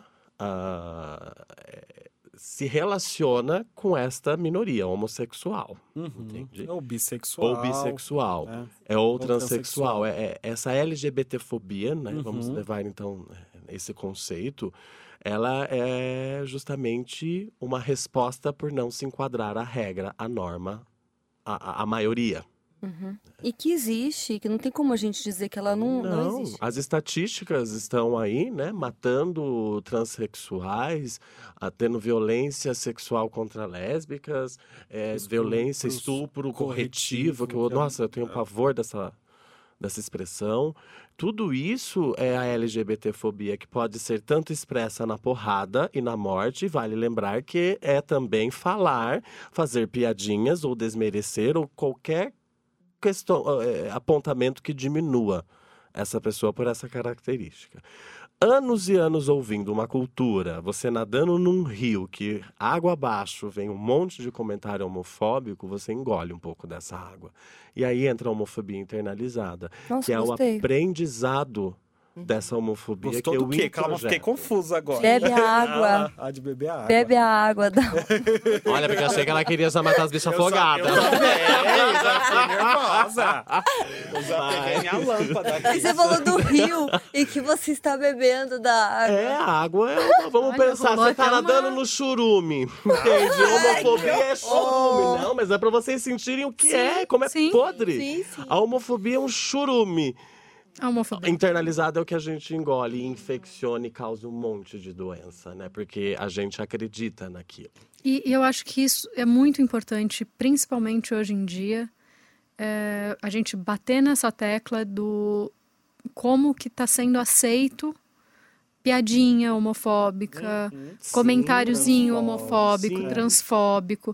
se relaciona com esta minoria homossexual, entende? Ou bissexual. Ou transexual. Essa LGBTfobia, né? Vamos levar, então, esse conceito. Ela é justamente uma resposta por não se enquadrar à regra, à norma, à maioria. E que existe, que não tem como a gente dizer que ela não existe. As estatísticas estão aí, né? Matando transexuais, tendo violência sexual contra lésbicas, violência, estupro corretivo. Nossa, eu tenho pavor dessa expressão. Tudo isso é a LGBTfobia, que pode ser tanto expressa na porrada e na morte. Vale lembrar que é também fazer piadinhas ou desmerecer ou qualquer apontamento que diminua essa pessoa por essa característica. Anos e anos ouvindo uma cultura, você nadando num rio que água abaixo vem um monte de comentário homofóbico, você engole um pouco dessa água. E aí entra a homofobia internalizada, que é gostei. o aprendizado dessa homofobia. Gostou que do quê? Calma, fiquei confuso agora. Bebe a água. De beber a água. Bebe a água. Olha, porque eu achei que ela queria já matar as bichas afogadas. Eu já fiquei nervosa. Eu já peguei minha lâmpada aqui. E você falou do rio e que você está bebendo da água. A água vamos pensar, você tá nadando no churume, entende? Homofobia é churume. Não, mas é pra vocês sentirem o que como é podre. Sim. A homofobia é um churume. A homofobia Internalizado é o que a gente engole, infecciona e causa um monte de doença, né? Porque a gente acredita naquilo. E eu acho que isso é muito importante, principalmente hoje em dia, a gente bater nessa tecla do como que está sendo aceito piadinha homofóbica, comentáriozinho homofóbico, transfóbico.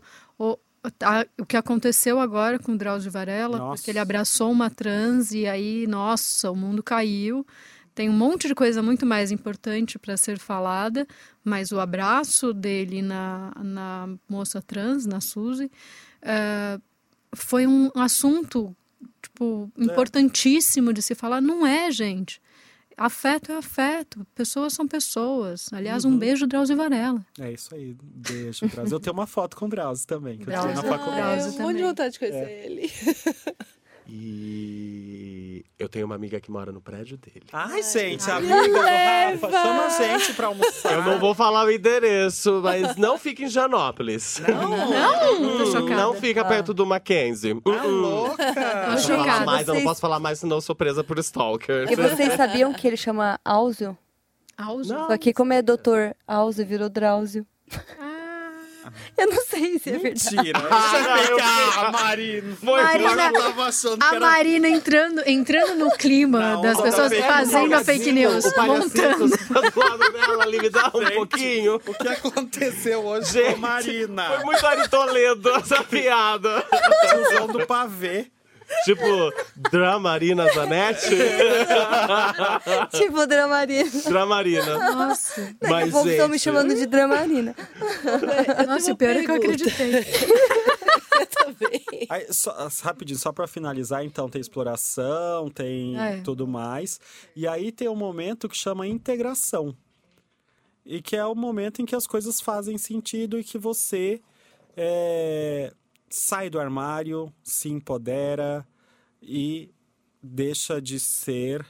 O que aconteceu agora com o Drauzio Varela, porque ele abraçou uma trans e aí, nossa, o mundo caiu. Tem um monte de coisa muito mais importante para ser falada, mas o abraço dele na moça trans, na Suzy, foi um assunto importantíssimo de se falar. Não é, gente. Afeto é afeto. Pessoas são pessoas. Aliás, um beijo, Drauzio Varela. É isso aí. Beijo, Drauzio. Eu tenho uma foto com o Drauzio também, que eu tirei na faculdade. Eu morro de vontade de conhecer ele. E eu tenho uma amiga que mora no prédio dele. Ai, gente, amiga do Rafa, chama a gente pra almoçar. Eu não vou falar o endereço, mas não fica em Janópolis. Não, tô chocada. Não fica perto do Mackenzie. Louca! Deixa eu falar mais, eu não posso falar mais, senão eu sou presa por stalker. E vocês sabiam que ele chama Áuzio? Áuzio? Só que como é doutor Áuzio, virou Drauzio. Eu não sei se é verdade. Mentira. A Marina. A Marina entrando no clima das pessoas fazendo a fake news. O palhacito do lado dela ali, me dá um pouquinho. O que aconteceu hoje com a Marina? Foi muito Ari Toledo essa piada. Tiozão do pavê. Tipo, Dramarina Zanetti? Tipo Dramarina. Dramarina. Nossa. Daqui a pouco estão me chamando de Dramarina. Nossa, o pior é que eu acreditei. Eu também. Aí, rapidinho, só pra finalizar, então, tem exploração, tem tudo mais. E aí tem um momento que chama integração. E que é o momento em que as coisas fazem sentido e que você sai do armário, se empodera e deixa de ser...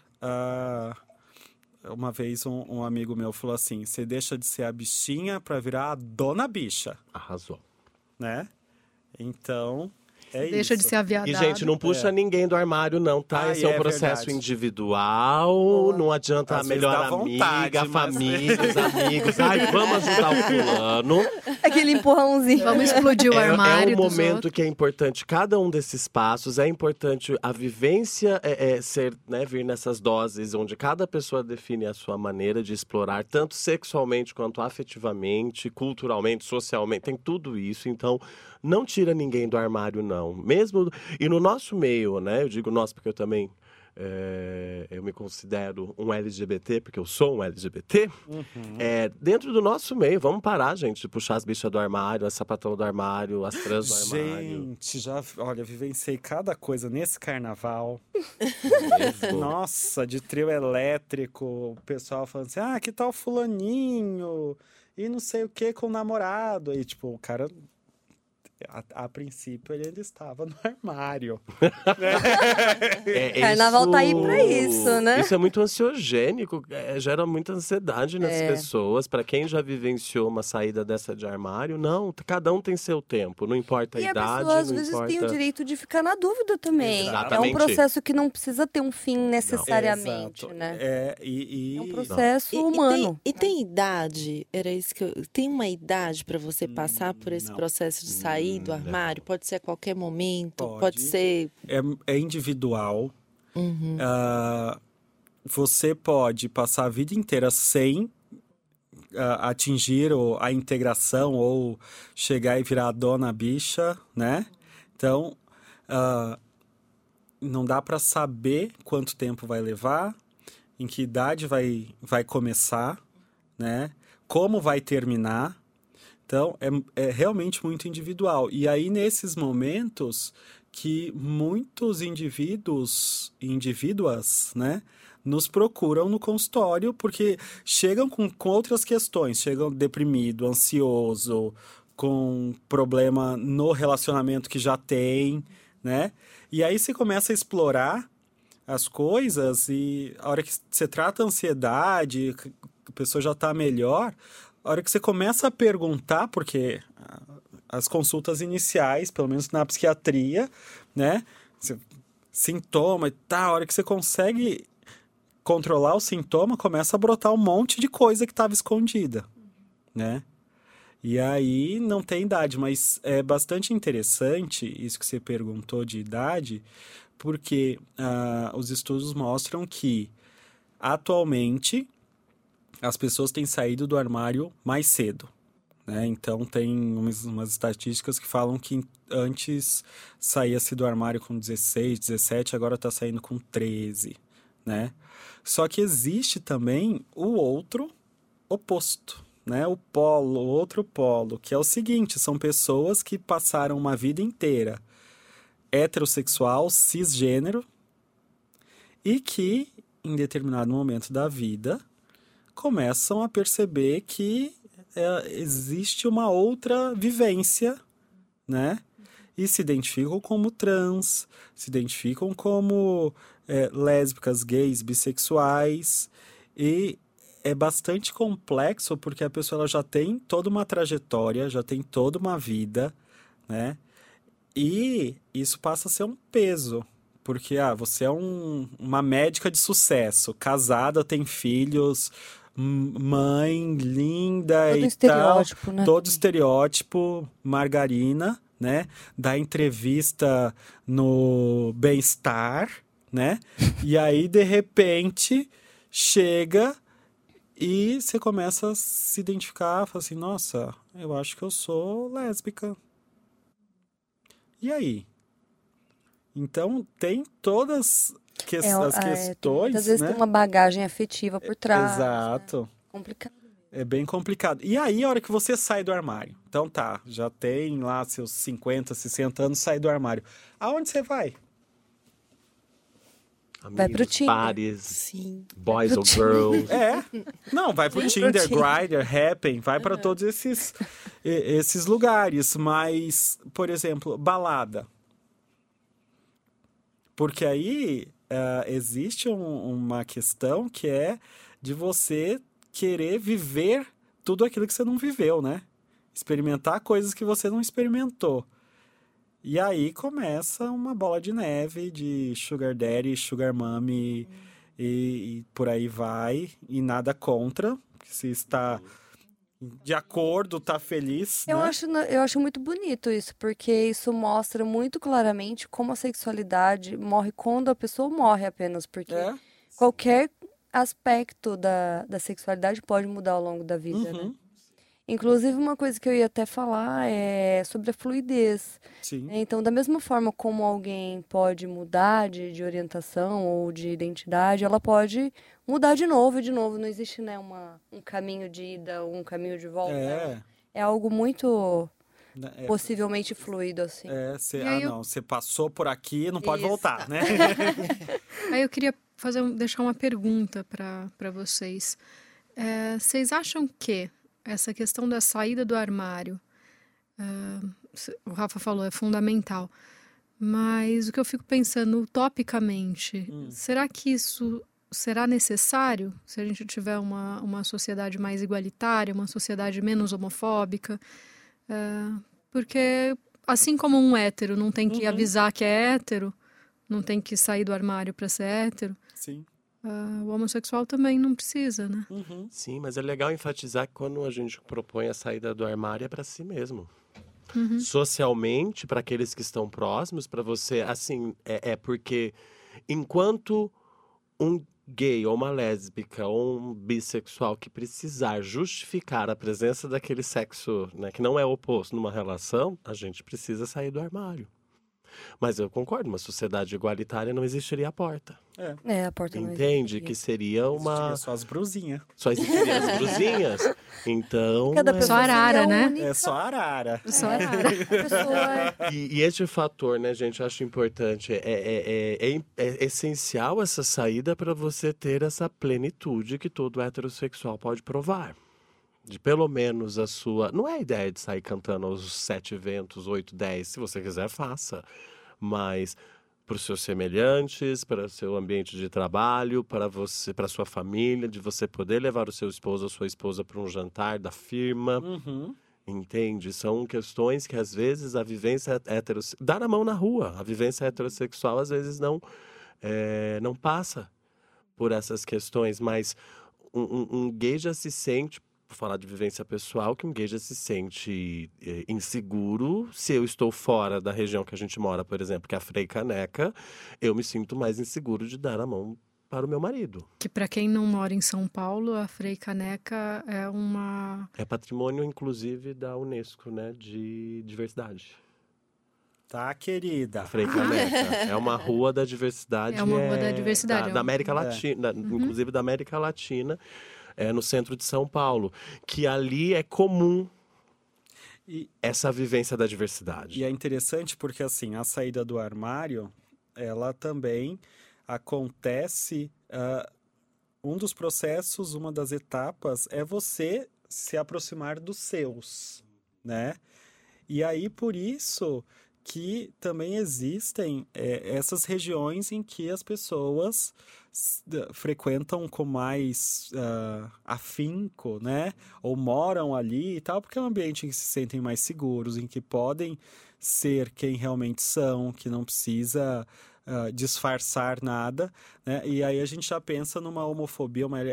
Uma vez um amigo meu falou assim, você deixa de ser a bichinha pra virar a dona bicha. Arrasou. Né? Então, é isso. Deixa de ser aviadado. E, gente, não puxa ninguém do armário, não, tá? Esse é um processo individual, não adianta a melhor amiga, família, os amigos. Ai, vamos ajudar o fulano. Aquele empurrãozinho. Vamos explodir o armário. É um momento que é importante, cada um desses passos, é importante a vivência ser, né, vir nessas doses, onde cada pessoa define a sua maneira de explorar, tanto sexualmente quanto afetivamente, culturalmente, socialmente, tem tudo isso. Então, não tira ninguém do armário, não. Mesmo, e no nosso meio, né, eu digo nós porque eu também... eu me considero um LGBT, porque eu sou um LGBT. Dentro do nosso meio, vamos parar, gente, de puxar as bichas do armário, as sapatão do armário, as trans do armário. Gente, vivenciei cada coisa nesse carnaval. Nossa, de trio elétrico, o pessoal falando assim, que tal fulaninho? E não sei o que com o namorado. E tipo, o cara... A princípio, ele ainda estava no armário. Carnaval tá aí pra isso, né? Isso é muito ansiogênico, gera muita ansiedade nas pessoas. Pra quem já vivenciou uma saída dessa de armário, não, cada um tem seu tempo, não importa a idade. E a pessoa, às vezes, tem o direito de ficar na dúvida também. Exatamente. É um processo que não precisa ter um fim necessariamente, né? É um processo humano. E tem idade? Era isso que tem uma idade pra você passar por esse processo de sair do armário? Pode ser a qualquer momento? Pode ser... É individual. Você pode passar a vida inteira sem atingir a integração ou chegar e virar a dona bicha, né? Então, não dá para saber quanto tempo vai levar, em que idade vai começar, né? Como vai terminar. Então, é realmente muito individual. E aí, nesses momentos que muitos indivíduas, né, nos procuram no consultório, porque chegam com outras questões. Chegam deprimido, ansioso, com problema no relacionamento que já tem, né? E aí, você começa a explorar as coisas e a hora que você trata a ansiedade, a pessoa já está melhor... A hora que você começa a perguntar, porque as consultas iniciais, pelo menos na psiquiatria, né? Sintoma e tal, a hora que você consegue controlar o sintoma, começa a brotar um monte de coisa que estava escondida, né? E aí não tem idade, mas é bastante interessante isso que você perguntou de idade, porque os estudos mostram que, atualmente... as pessoas têm saído do armário mais cedo, né? Então, tem umas estatísticas que falam que antes saía-se do armário com 16, 17, agora está saindo com 13, né? Só que existe também o outro oposto, né? O outro polo, que é o seguinte, são pessoas que passaram uma vida inteira heterossexual, cisgênero, e que, em determinado momento da vida, começam a perceber que existe uma outra vivência, né? E se identificam como trans, se identificam como lésbicas, gays, bissexuais. E é bastante complexo porque a pessoa ela já tem toda uma trajetória, já tem toda uma vida, né? E isso passa a ser um peso. Porque você é uma médica de sucesso, casada, tem filhos, mãe, linda todo e estereótipo, tal. Né? Todo estereótipo, margarina, né? Dá entrevista no Bem-Estar, né? E aí, de repente, chega e você começa a se identificar, fala assim, nossa, eu acho que eu sou lésbica. E aí? Então, tem todas as questões, muitas vezes né? tem uma bagagem afetiva por trás. Exato. Né? Complicado. É bem complicado. E aí, a hora que você sai do armário? Então tá, já tem lá seus 50, 60 anos, sai do armário. Aonde você vai? Amigos, Vai pro Tinder. pares, Sim. boys or girls. Não, vai pro Tinder, Grindr, Happn, vai para todos esses lugares. Mas, por exemplo, balada. Porque aí existe uma questão que é de você querer viver tudo aquilo que você não viveu, né? Experimentar coisas que você não experimentou. E aí começa uma bola de neve de sugar daddy, sugar mommy e por aí vai. E nada contra, se está de acordo, tá feliz, Eu né? acho muito bonito isso, porque isso mostra muito claramente como a sexualidade morre quando a pessoa morre apenas, porque qualquer aspecto da sexualidade pode mudar ao longo da vida, né? Inclusive, uma coisa que eu ia até falar é sobre a fluidez. Sim. Então, da mesma forma como alguém pode mudar de orientação ou de identidade, ela pode mudar de novo e de novo. Não existe, né, um caminho de ida ou um caminho de volta. É algo muito possivelmente fluido, assim. Você passou por aqui, não pode voltar, né? Aí eu queria deixar uma pergunta para vocês. Vocês acham que essa questão da saída do armário, o Rafa falou, é fundamental. Mas o que eu fico pensando utopicamente, será que isso será necessário se a gente tiver uma sociedade mais igualitária, uma sociedade menos homofóbica? Porque assim como um hétero não tem que avisar que é hétero, não tem que sair do armário para ser hétero. Sim. O homossexual também não precisa, né? Sim, mas é legal enfatizar que quando a gente propõe a saída do armário é para si mesmo. Socialmente, para aqueles que estão próximos, para você, assim, porque enquanto um gay ou uma lésbica ou um bissexual que precisar justificar a presença daquele sexo, né, que não é oposto numa relação, a gente precisa sair do armário. Mas eu concordo, uma sociedade igualitária não existiria a porta. A porta não Entende? Que seria uma... Existiria só as brusinhas. Só existiriam as brusinhas. Então... Só arara, né? É só arara. Só arara. E este fator, né, gente, eu acho importante. É essencial essa saída para você ter essa plenitude que todo heterossexual pode provar. De pelo menos a sua... Não é a ideia de sair cantando aos 7 eventos, 8, 10. Se você quiser, faça. Mas para os seus semelhantes, para o seu ambiente de trabalho, para você, para a sua família, de você poder levar o seu esposo ou sua esposa para um jantar da firma. Entende? São questões que, às vezes, a vivência heterossexual... Dar a mão na rua. A vivência heterossexual, às vezes, não passa por essas questões. Mas um gay já se sente... falar de vivência pessoal, que um gay já se sente inseguro. Se eu estou fora da região que a gente mora, por exemplo, que é a Frei Caneca, eu me sinto mais inseguro de dar a mão para o meu marido. Que para quem não mora em São Paulo, a Frei Caneca é uma... É patrimônio, inclusive, da Unesco, né, de diversidade. tá, querida? Frei Caneca. É uma rua da diversidade. É uma rua da diversidade. Da América Latina, inclusive da América Latina, no centro de São Paulo. Que ali é comum essa vivência da diversidade. E é interessante porque, assim, a saída do armário, ela também acontece... um dos processos, uma das etapas, é você se aproximar dos seus, né? E aí, por isso que também existem essas regiões em que as pessoas frequentam com mais afinco, né? Ou moram ali e tal, porque é um ambiente em que se sentem mais seguros, em que podem ser quem realmente são, que não precisa disfarçar nada, né? E aí a gente já pensa numa homofobia, uma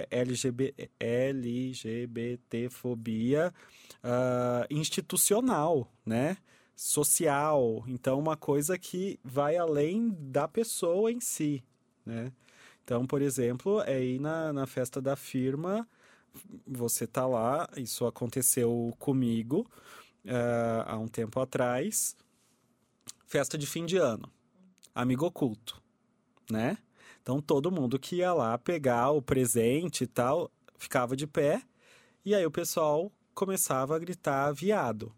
LGBTfobia institucional, né? Social. Então, uma coisa que vai além da pessoa em si, né? Então, por exemplo, aí na festa da firma, você tá lá, isso aconteceu comigo há um tempo atrás, festa de fim de ano, amigo oculto, né? Então, todo mundo que ia lá pegar o presente e tal, ficava de pé, e aí o pessoal começava a gritar viado.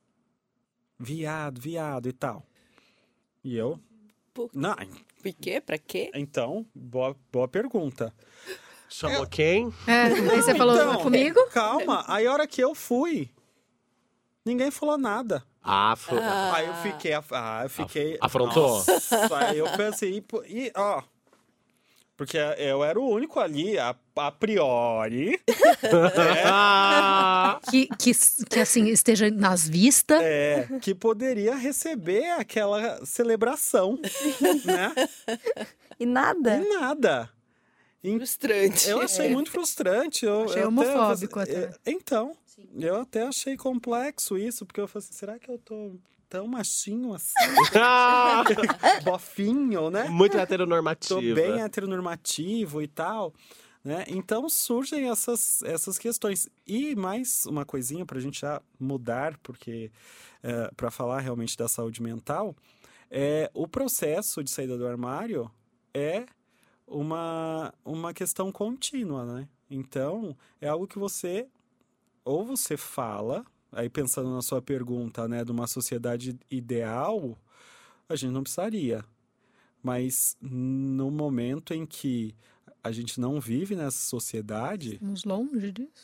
Viado e tal. E eu... Não, Por quê? Pra quê? então, boa pergunta. Chamou quem? Aí você falou Então, comigo? Calma, aí a hora que eu fui, ninguém falou nada. Aí eu fiquei... Afrontou? Nossa, aí eu pensei, ó... Porque eu era o único ali, a priori... Que assim, esteja nas vistas. Que poderia receber aquela celebração, né? E nada. E nada. Frustrante. Eu achei muito frustrante. Achei homofóbico até. Então, eu até achei complexo isso, porque eu falei assim, será que eu tô tão machinho assim? Bofinho, né? Muito heteronormativo. Tô bem heteronormativo e tal, né? Então surgem essas questões. E mais uma coisinha pra gente já mudar, porque para falar realmente da saúde mental, o processo de saída do armário é uma questão contínua, né? Então, é algo que você fala, aí pensando na sua pergunta, né, de uma sociedade ideal, a gente não precisaria. Mas no momento em que a gente não vive nessa sociedade... Estamos longe disso.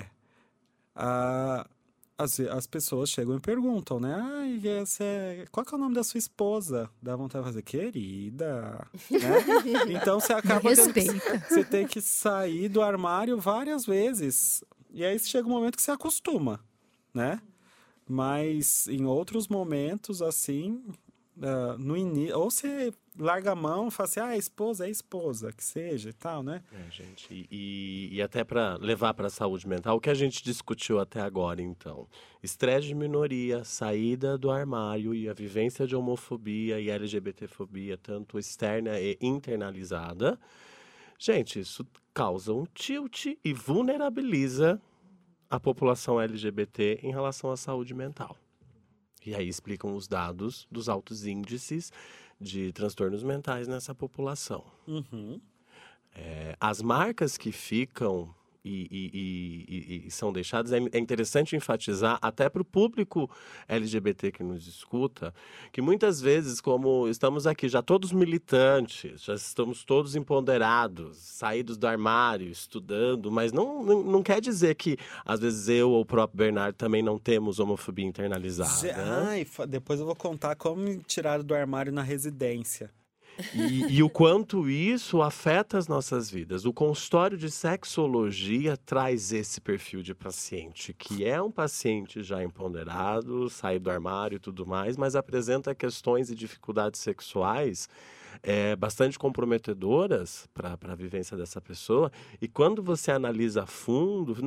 As pessoas chegam e perguntam, né? Qual que é o nome da sua esposa? Dá vontade de fazer, querida, né? Então você acaba você tem que sair do armário várias vezes. E aí chega um momento que você acostuma, né? Mas em outros momentos, assim, no início, ou você larga a mão e fala assim, é esposa, que seja e tal, né? Gente, e até para levar para a saúde mental, o que a gente discutiu até agora, então? Estresse de minoria, saída do armário e a vivência de homofobia e LGBTfobia, tanto externa e internalizada. Gente, isso causa um tilt e vulnerabiliza a população LGBT em relação à saúde mental. E aí explicam os dados dos altos índices de transtornos mentais nessa população. Uhum. As marcas que ficam e são deixadas, é interessante enfatizar até para o público LGBT que nos escuta, que muitas vezes, como estamos aqui já todos militantes, já estamos todos empoderados, saídos do armário, estudando, mas não quer dizer que às vezes eu ou o próprio Bernardo também não temos homofobia internalizada. Depois eu vou contar como me tiraram do armário na residência. E o quanto isso afeta as nossas vidas. O consultório de sexologia traz esse perfil de paciente, que é um paciente já empoderado, sai do armário e tudo mais, mas apresenta questões e dificuldades sexuais bastante comprometedoras para a vivência dessa pessoa. E quando você analisa a fundo, não é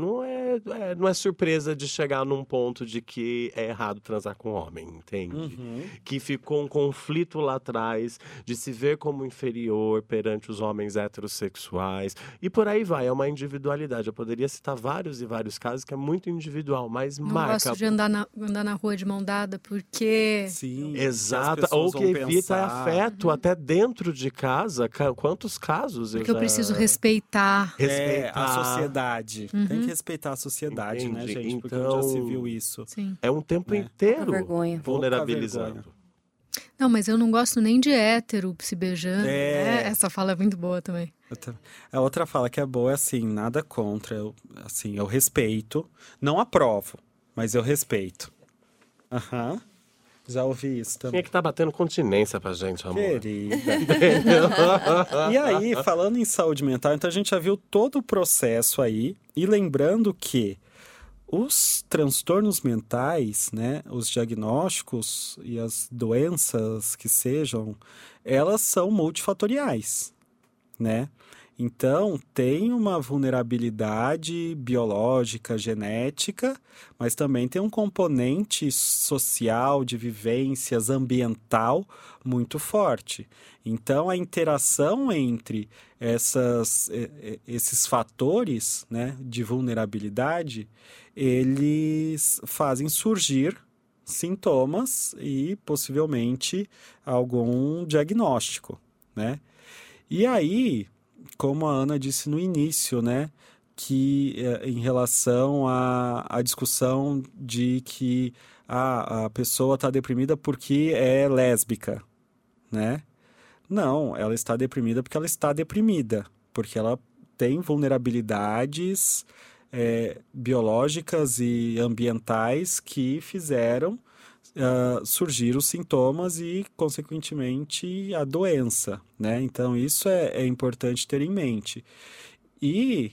não é surpresa de chegar num ponto de que é errado transar com homem, entende? Que ficou um conflito lá atrás de se ver como inferior perante os homens heterossexuais. E por aí vai, é uma individualidade. Eu poderia citar vários e vários casos que é muito individual, mas Não marca. gosto de andar na rua de mão dada, porque... Sim, Exato, ou que evita afeto até dentro de casa. Quantos casos Porque eu preciso respeitar. A sociedade. Tem que respeitar a sociedade, né, gente? Porque já se viu isso. Sim. É um tempo inteiro vergonha. vulnerabilizando. Não, mas eu não gosto nem de hétero se beijando. Né? Essa fala é muito boa também. A outra fala que é boa é assim, nada contra. Eu respeito. Não aprovo, mas eu respeito. Já ouvi isso também. Quem é que tá batendo continência pra gente, amor? Querida. E aí, falando em saúde mental, então a gente já viu todo o processo aí. E lembrando que os transtornos mentais, né, os diagnósticos e as doenças que sejam, elas são multifatoriais, né? Então, tem uma vulnerabilidade biológica, genética, mas também tem um componente social, de vivências, ambiental muito forte. Então, a interação entre esses fatores, né, de vulnerabilidade, eles fazem surgir sintomas e, possivelmente, algum diagnóstico, né? E aí, como a Ana disse no início, né, que em relação à discussão de que a pessoa está deprimida porque é lésbica, né? Não, ela está deprimida porque ela está deprimida, porque ela tem vulnerabilidades biológicas e ambientais que fizeram surgir os sintomas e, consequentemente, a doença, né? Então, isso é importante ter em mente. E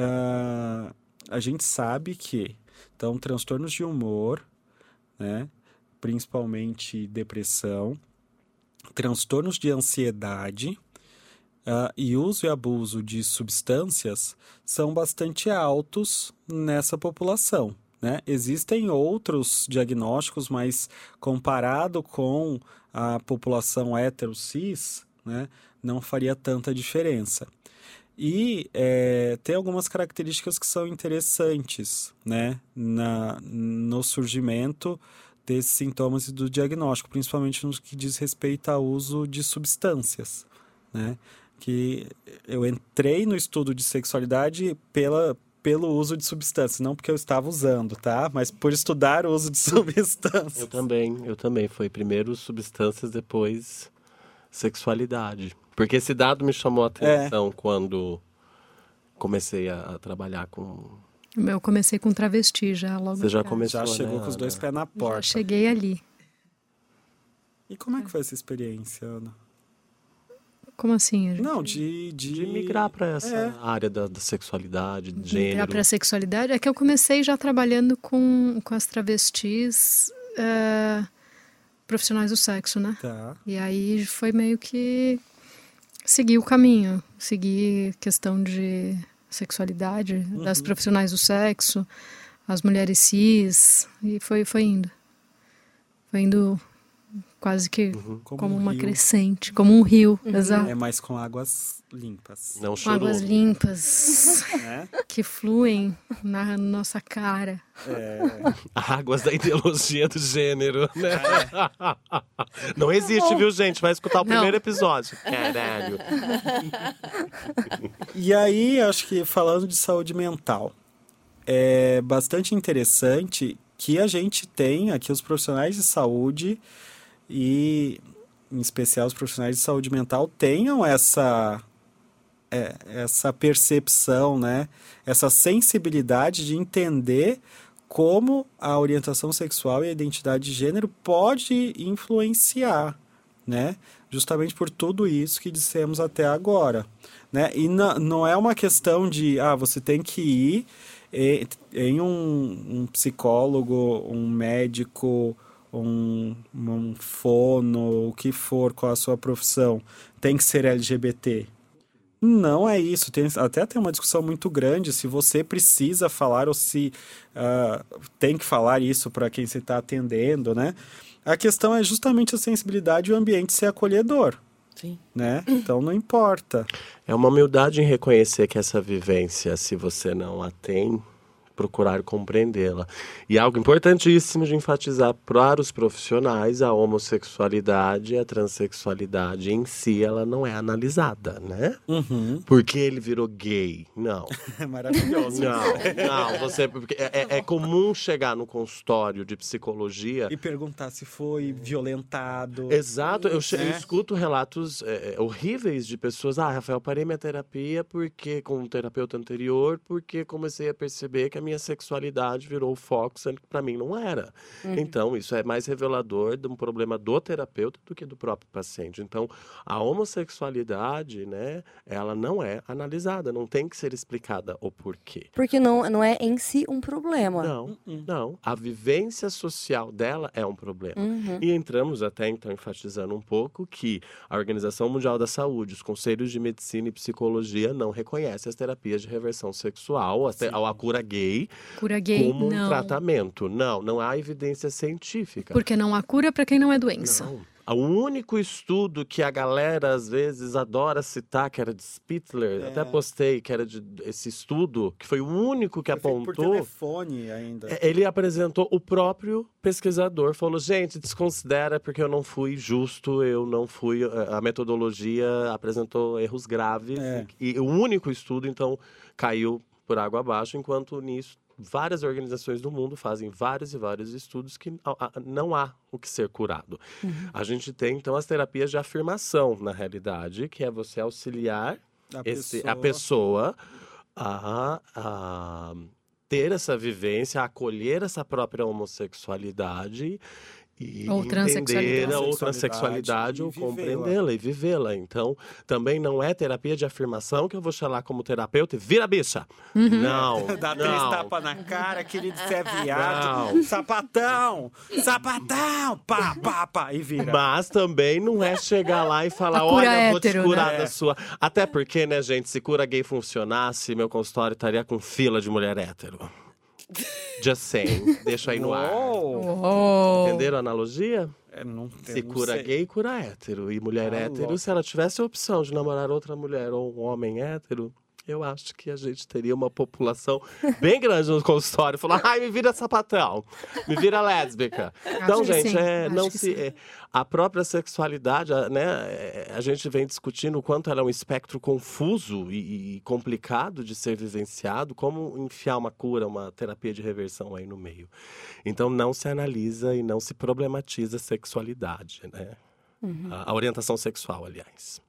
a gente sabe que, então, transtornos de humor, né? Principalmente depressão, transtornos de ansiedade e uso e abuso de substâncias são bastante altos nessa população. Né? Existem outros diagnósticos, mas comparado com a população hétero-cis, né, não faria tanta diferença. E tem algumas características que são interessantes, né, no surgimento desses sintomas e do diagnóstico, principalmente no que diz respeito ao uso de substâncias, né? Que eu entrei no estudo de sexualidade pelo uso de substâncias, não porque eu estava usando, tá? Mas por estudar o uso de substâncias. Eu também. Foi primeiro substâncias, depois sexualidade. Porque esse dado me chamou a atenção quando comecei a trabalhar com... Eu comecei com travesti já logo. Você já começou, já chegou, né, com os dois pés na porta. Já cheguei ali. E como é que foi essa experiência, Ana? Como assim? Não, de migrar para essa área da sexualidade, de gênero. Migrar para a sexualidade? É que eu comecei já trabalhando com as travestis profissionais do sexo, né? Tá. E aí foi meio que seguir o caminho. Seguir questão de sexualidade das profissionais do sexo, as mulheres cis, e foi indo. Foi indo quase que como uma crescente, como um rio, exato. É mais com águas limpas. Não com águas limpas que fluem na nossa cara. Águas da ideologia do gênero, né? Não existe, viu, gente? Vai escutar o primeiro episódio. Caralho. E aí, acho que falando de saúde mental, é bastante interessante que a gente tem aqui os profissionais de saúde e, em especial, os profissionais de saúde mental tenham essa percepção, né? Essa sensibilidade de entender como a orientação sexual e a identidade de gênero pode influenciar, né? Justamente por tudo isso que dissemos até agora, né? E não é uma questão de, você tem que ir em um psicólogo, um médico, um fono, o que for com a sua profissão, tem que ser LGBT. Não é isso. Até tem uma discussão muito grande se você precisa falar ou se tem que falar isso para quem você está atendendo, né? A questão é justamente a sensibilidade e o ambiente ser acolhedor. Sim. Né? Então não importa. É uma humildade em reconhecer que essa vivência, se você não a tem, procurar compreendê-la. E algo importantíssimo de enfatizar para os profissionais, a homossexualidade, a transexualidade em si, ela não é analisada, né? Uhum. Porque ele virou gay. Não. É maravilhoso. Não. Porque é comum chegar no consultório de psicologia E perguntar se foi violentado. Exato, eu escuto relatos horríveis de pessoas. Rafael, parei minha terapia com um terapeuta anterior, porque comecei a perceber que a minha sexualidade virou o foco, sendo que para mim não era. Então, isso é mais revelador de um problema do terapeuta do que do próprio paciente. Então, a homossexualidade, né, ela não é analisada, não tem que ser explicada o porquê. Porque não é em si um problema. Não. A vivência social dela é um problema. E entramos até, então, enfatizando um pouco que a Organização Mundial da Saúde, os conselhos de medicina e psicologia não reconhecem as terapias de reversão sexual, a cura gay, como um tratamento. Não há evidência científica. Porque não há cura para quem não é doença. Não. O único estudo que a galera, às vezes, adora citar, que era de Spitzler, até postei, que era esse estudo, que foi o único que apontou... Por telefone ainda. Ele apresentou, o próprio pesquisador falou, gente, desconsidera porque eu não fui justo, a metodologia apresentou erros graves. E o único estudo, então, caiu por água abaixo, enquanto nisso várias organizações do mundo fazem vários e vários estudos que não há o que ser curado. A gente tem, então, as terapias de afirmação, na realidade, que é você auxiliar a pessoa a ter essa vivência, a acolher essa própria homossexualidade e entender a transexualidade ou compreendê-la e vivê-la. Então, também não é terapia de afirmação que eu vou chamar como terapeuta e vira bicha. Não. Dá 3 tapas na cara, querido, você é viado. Sapatão, pá, e vira. Mas também não é chegar lá e falar, olha, vou te curar da sua... Até porque, né, gente, se cura gay funcionasse, meu consultório estaria com fila de mulher hétero. Just saying. Deixa aí no ar. Entenderam a analogia? Se cura gay, cura hétero. E mulher hétero, se ela tivesse a opção de namorar outra mulher ou um homem hétero, eu acho que a gente teria uma população bem grande no consultório. Falar, me vira sapatão, me vira lésbica. Então, gente, a própria sexualidade, né, a gente vem discutindo o quanto ela é um espectro confuso e complicado de ser vivenciado, como enfiar uma cura, uma terapia de reversão aí no meio. Então, não se analisa e não se problematiza a sexualidade, né? A orientação sexual, aliás.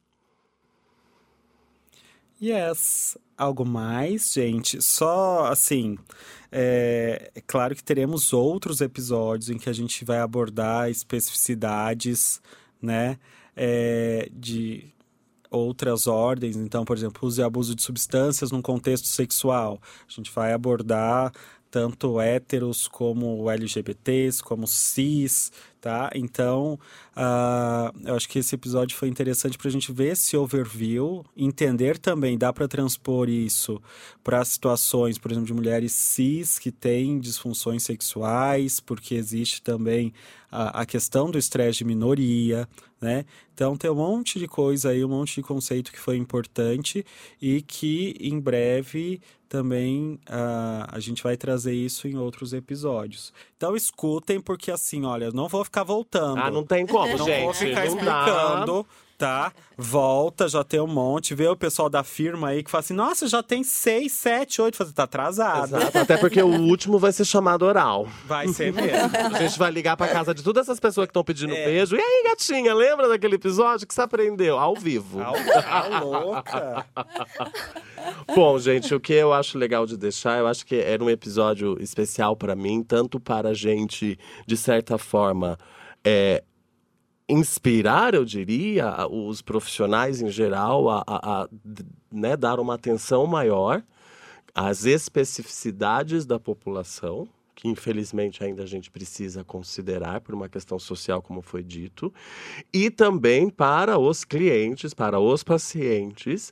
Yes. Algo mais, gente? Só, assim, é claro que teremos outros episódios em que a gente vai abordar especificidades, né, de outras ordens. Então, por exemplo, uso e abuso de substâncias num contexto sexual. A gente vai abordar tanto héteros como LGBTs, como cis, tá? Então, eu acho que esse episódio foi interessante para a gente ver esse overview, entender também, dá para transpor isso para situações, por exemplo, de mulheres cis que têm disfunções sexuais, porque existe também a questão do estresse de minoria, né? Então, tem um monte de coisa aí, um monte de conceito que foi importante e que, em breve, também a gente vai trazer isso em outros episódios. Então, escutem, porque assim, olha, não vou ficar voltando. Não tem como, não gente. Não vou ficar explicando, tá? Volta, já tem um monte. Vê o pessoal da firma aí que fala assim, nossa, já tem 6, 7, 8. Tá atrasado. Exato, até porque o último vai ser chamado oral. Vai ser mesmo. A gente vai ligar pra casa de todas essas pessoas que estão pedindo beijo. E aí, gatinha, lembra daquele episódio que você aprendeu? Ao vivo. Louca. Bom, gente, o que eu acho legal de deixar, eu acho que era um episódio especial pra mim, tanto para a gente, de certa forma, inspirar, eu diria, os profissionais em geral a né, dar uma atenção maior às especificidades da população, que infelizmente ainda a gente precisa considerar por uma questão social, como foi dito, e também para os clientes, para os pacientes,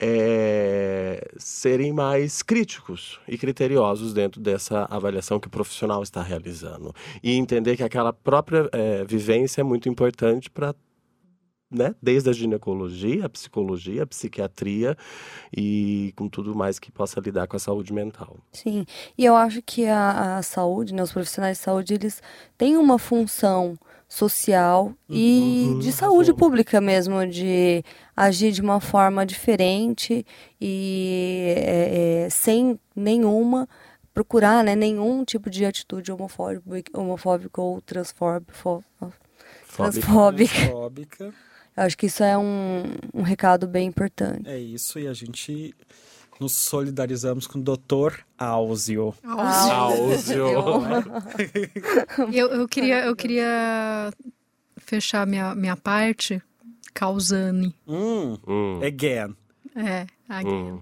serem mais críticos e criteriosos dentro dessa avaliação que o profissional está realizando. E entender que aquela própria vivência é muito importante para, né, desde a ginecologia, a psicologia, a psiquiatria e com tudo mais que possa lidar com a saúde mental. Sim, e eu acho que a saúde, né, os profissionais de saúde, eles têm uma função social e de saúde pública mesmo, de agir de uma forma diferente e sem procurar, né, nenhum tipo de atitude homofóbica ou transfóbica. Eu acho que isso é um recado bem importante. É isso, e a gente nos solidarizamos com o Dr. Áuzio. Eu queria fechar minha parte causando. Again. Again.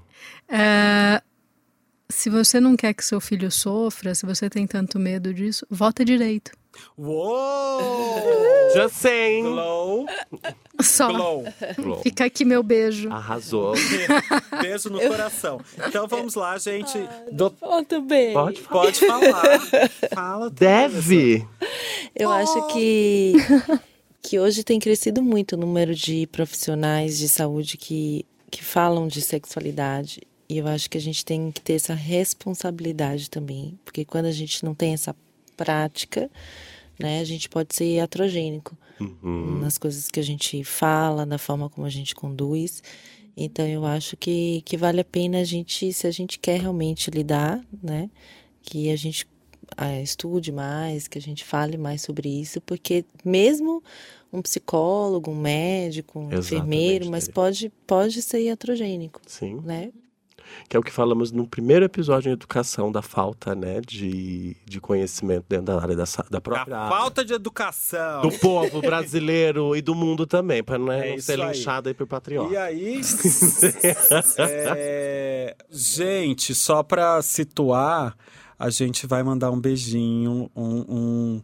Se você não quer que seu filho sofra, se você tem tanto medo disso, vota direito. Uou! Just saying. Glow. Só. Glow. Fica aqui meu beijo. Arrasou. Beijo no coração. Então vamos lá, gente. Ponto bem. Pode falar. Fala. Deve. Eu acho que hoje tem crescido muito o número de profissionais de saúde que falam de sexualidade. E eu acho que a gente tem que ter essa responsabilidade também. Porque quando a gente não tem essa prática, né, a gente pode ser iatrogênico nas coisas que a gente fala, na forma como a gente conduz. Então eu acho que vale a pena a gente, se a gente quer realmente lidar, né, que a gente estude mais, que a gente fale mais sobre isso, porque mesmo um psicólogo, um médico, um enfermeiro, mas pode ser iatrogênico. Sim. Né? Que é o que falamos no primeiro episódio de educação, da falta, né, de conhecimento dentro da área da própria área. Falta de educação. Do povo brasileiro e do mundo também, para não ser linchado aí por patriota. E aí, gente, só para situar, a gente vai mandar um beijinho, um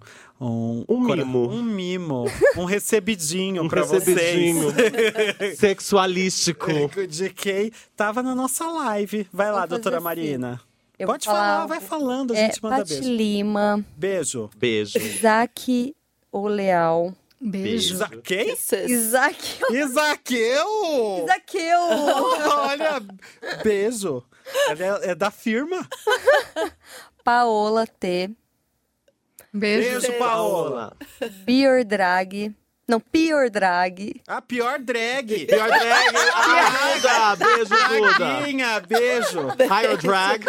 mimo, um recebidinho pra vocês. Sexualístico. De quem tava na nossa live. Vai lá, doutora assim. Marina. Pode falar, vai falando, a gente manda Pati beijo. Lima. Beijo. Isaac Oleal. Beijo. Quem? Isaqueu. Isaqueu! Olha, beijo. É da firma. Paola T. Beijo, Paola. Pior Drag. Não, Pior Drag. A pior drag. Pior drag. Duda. Beijo, Duda. Draguinha, beijo. Higher drag.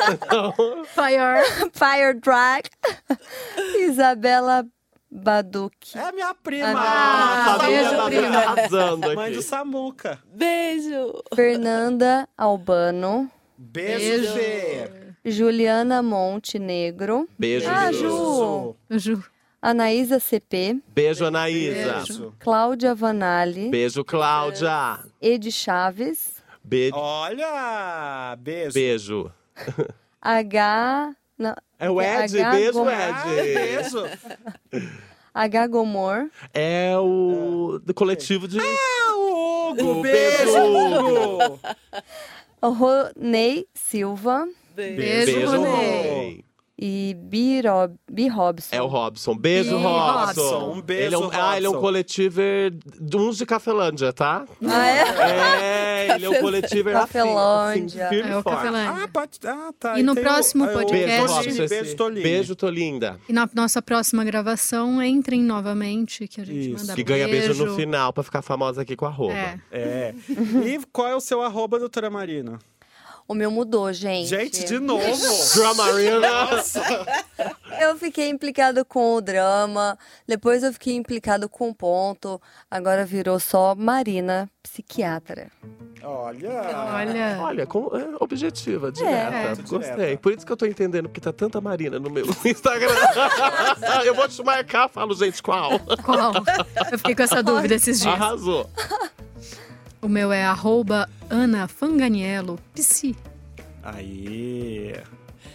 Fire Drag. Isabela Baduque. É minha prima. Beijo, prima. Arrasando aqui. Mãe do Samuca. Beijo. Fernanda Albano. Beijo, Fê. Juliana Montenegro. Beijo, Ju. Anaísa CP. Beijo, Anaísa. Beijo. Cláudia Vanali. Beijo, Cláudia. Ed Chaves. Beijo. Olha, beijo. Beijo. H... Não, É o Ed, H beijo, Gomor. Ed. Beijo. H. Gomor. É o do coletivo de... O Hugo, Beijo, Hugo. Ronei Silva. Beijo, Ronei. E B. Robson. É o Robson. Beijo, Ih, Robson. Um beijo, ele é Robson. ele é um coletiver de uns de Cafelândia, tá? Ah, é? Ele é um coletiver Cafelândia. assim, firme É e o forte. Cafelândia. Tá. E no tem próximo o podcast- Beijo, Tolinho. Beijo, Tolinda. E na nossa próxima gravação, entrem novamente, que a gente Isso. manda Que ganha beijo no final pra ficar famosa aqui com a arroba. É. E qual é o seu arroba, doutora Marina? O meu mudou, gente. Gente, de novo. Dramarina. Eu fiquei implicado com o drama, depois eu fiquei implicado com o ponto, agora virou só Marina, psiquiatra. Olha. Olha, objetiva, direta. Gostei. direta. Por isso que eu tô entendendo porque tá tanta Marina no meu Instagram. Eu vou te marcar, falo, gente, qual? Qual? Eu fiquei com essa dúvida esses dias. Arrasou. O meu é @AnaFanganiello, psi. Aí.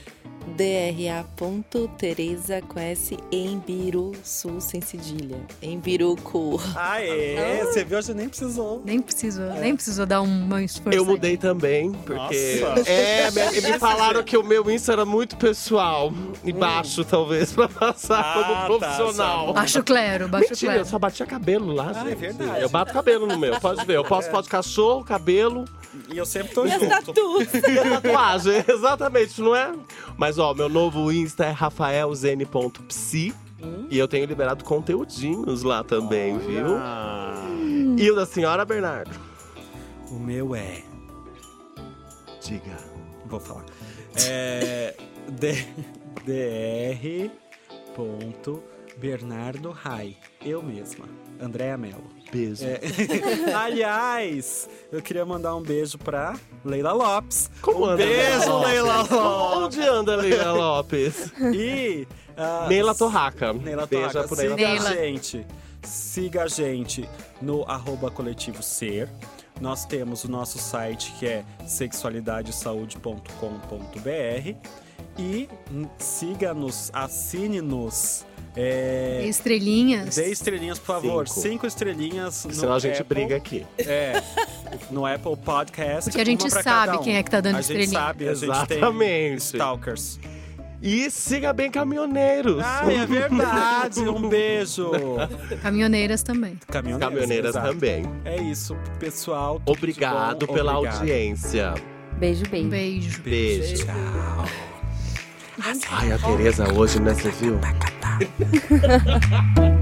DRA.Tereza com S em Biruçu, sem cedilha. Em Birucu. Você viu? Hoje nem precisou. Nem precisou dar um esforço. Eu mudei também, porque… Nossa. Me falaram que o meu Insta era muito pessoal. E baixo, talvez, pra passar como profissional. Baixo clero. Mentira, eu só batia cabelo lá, gente. É verdade. Eu bato cabelo no meu, pode ver. Eu posso falar de cachorro, cabelo… E eu sempre tô E as junto. tatuas. Tatuagem, exatamente, não é? Mas ó, meu novo Insta é rafaelzene.psi. E eu tenho liberado conteúdinhos lá também, viu? E o da senhora, Bernardo? O meu é… Diga. Vou falar. dr.bernardo Rai. Eu mesma. Andréa Mello. Beijo. Aliás, eu queria mandar um beijo pra Leila Lopes. Como anda, Beijo, Leila Lopes. Onde anda Leila Lopes? E… Neila Torraca. Neila Beijo Torraca. por Neila. Siga a gente no @coletivo ser. Nós temos o nosso site que é sexualidadesaude.com.br. E siga-nos, assine-nos. Dê estrelinhas. Dê estrelinhas, por favor. 5. 5 estrelinhas no Senão a gente Apple. briga aqui. No Apple Podcast. Porque a gente uma pra sabe cada um. quem é que tá dando A gente estrelinha. sabe, a gente tem Exatamente. stalkers. E siga bem caminhoneiros. É verdade. Um beijo. Caminhoneiras também. Caminhoneiras exato. também. É isso, pessoal. Tudo de Obrigado bom. pela Obrigado. audiência. Beijo, Um beijo. beijo. Beijo. Tchau. Ai, a Tereza hoje, né, você viu?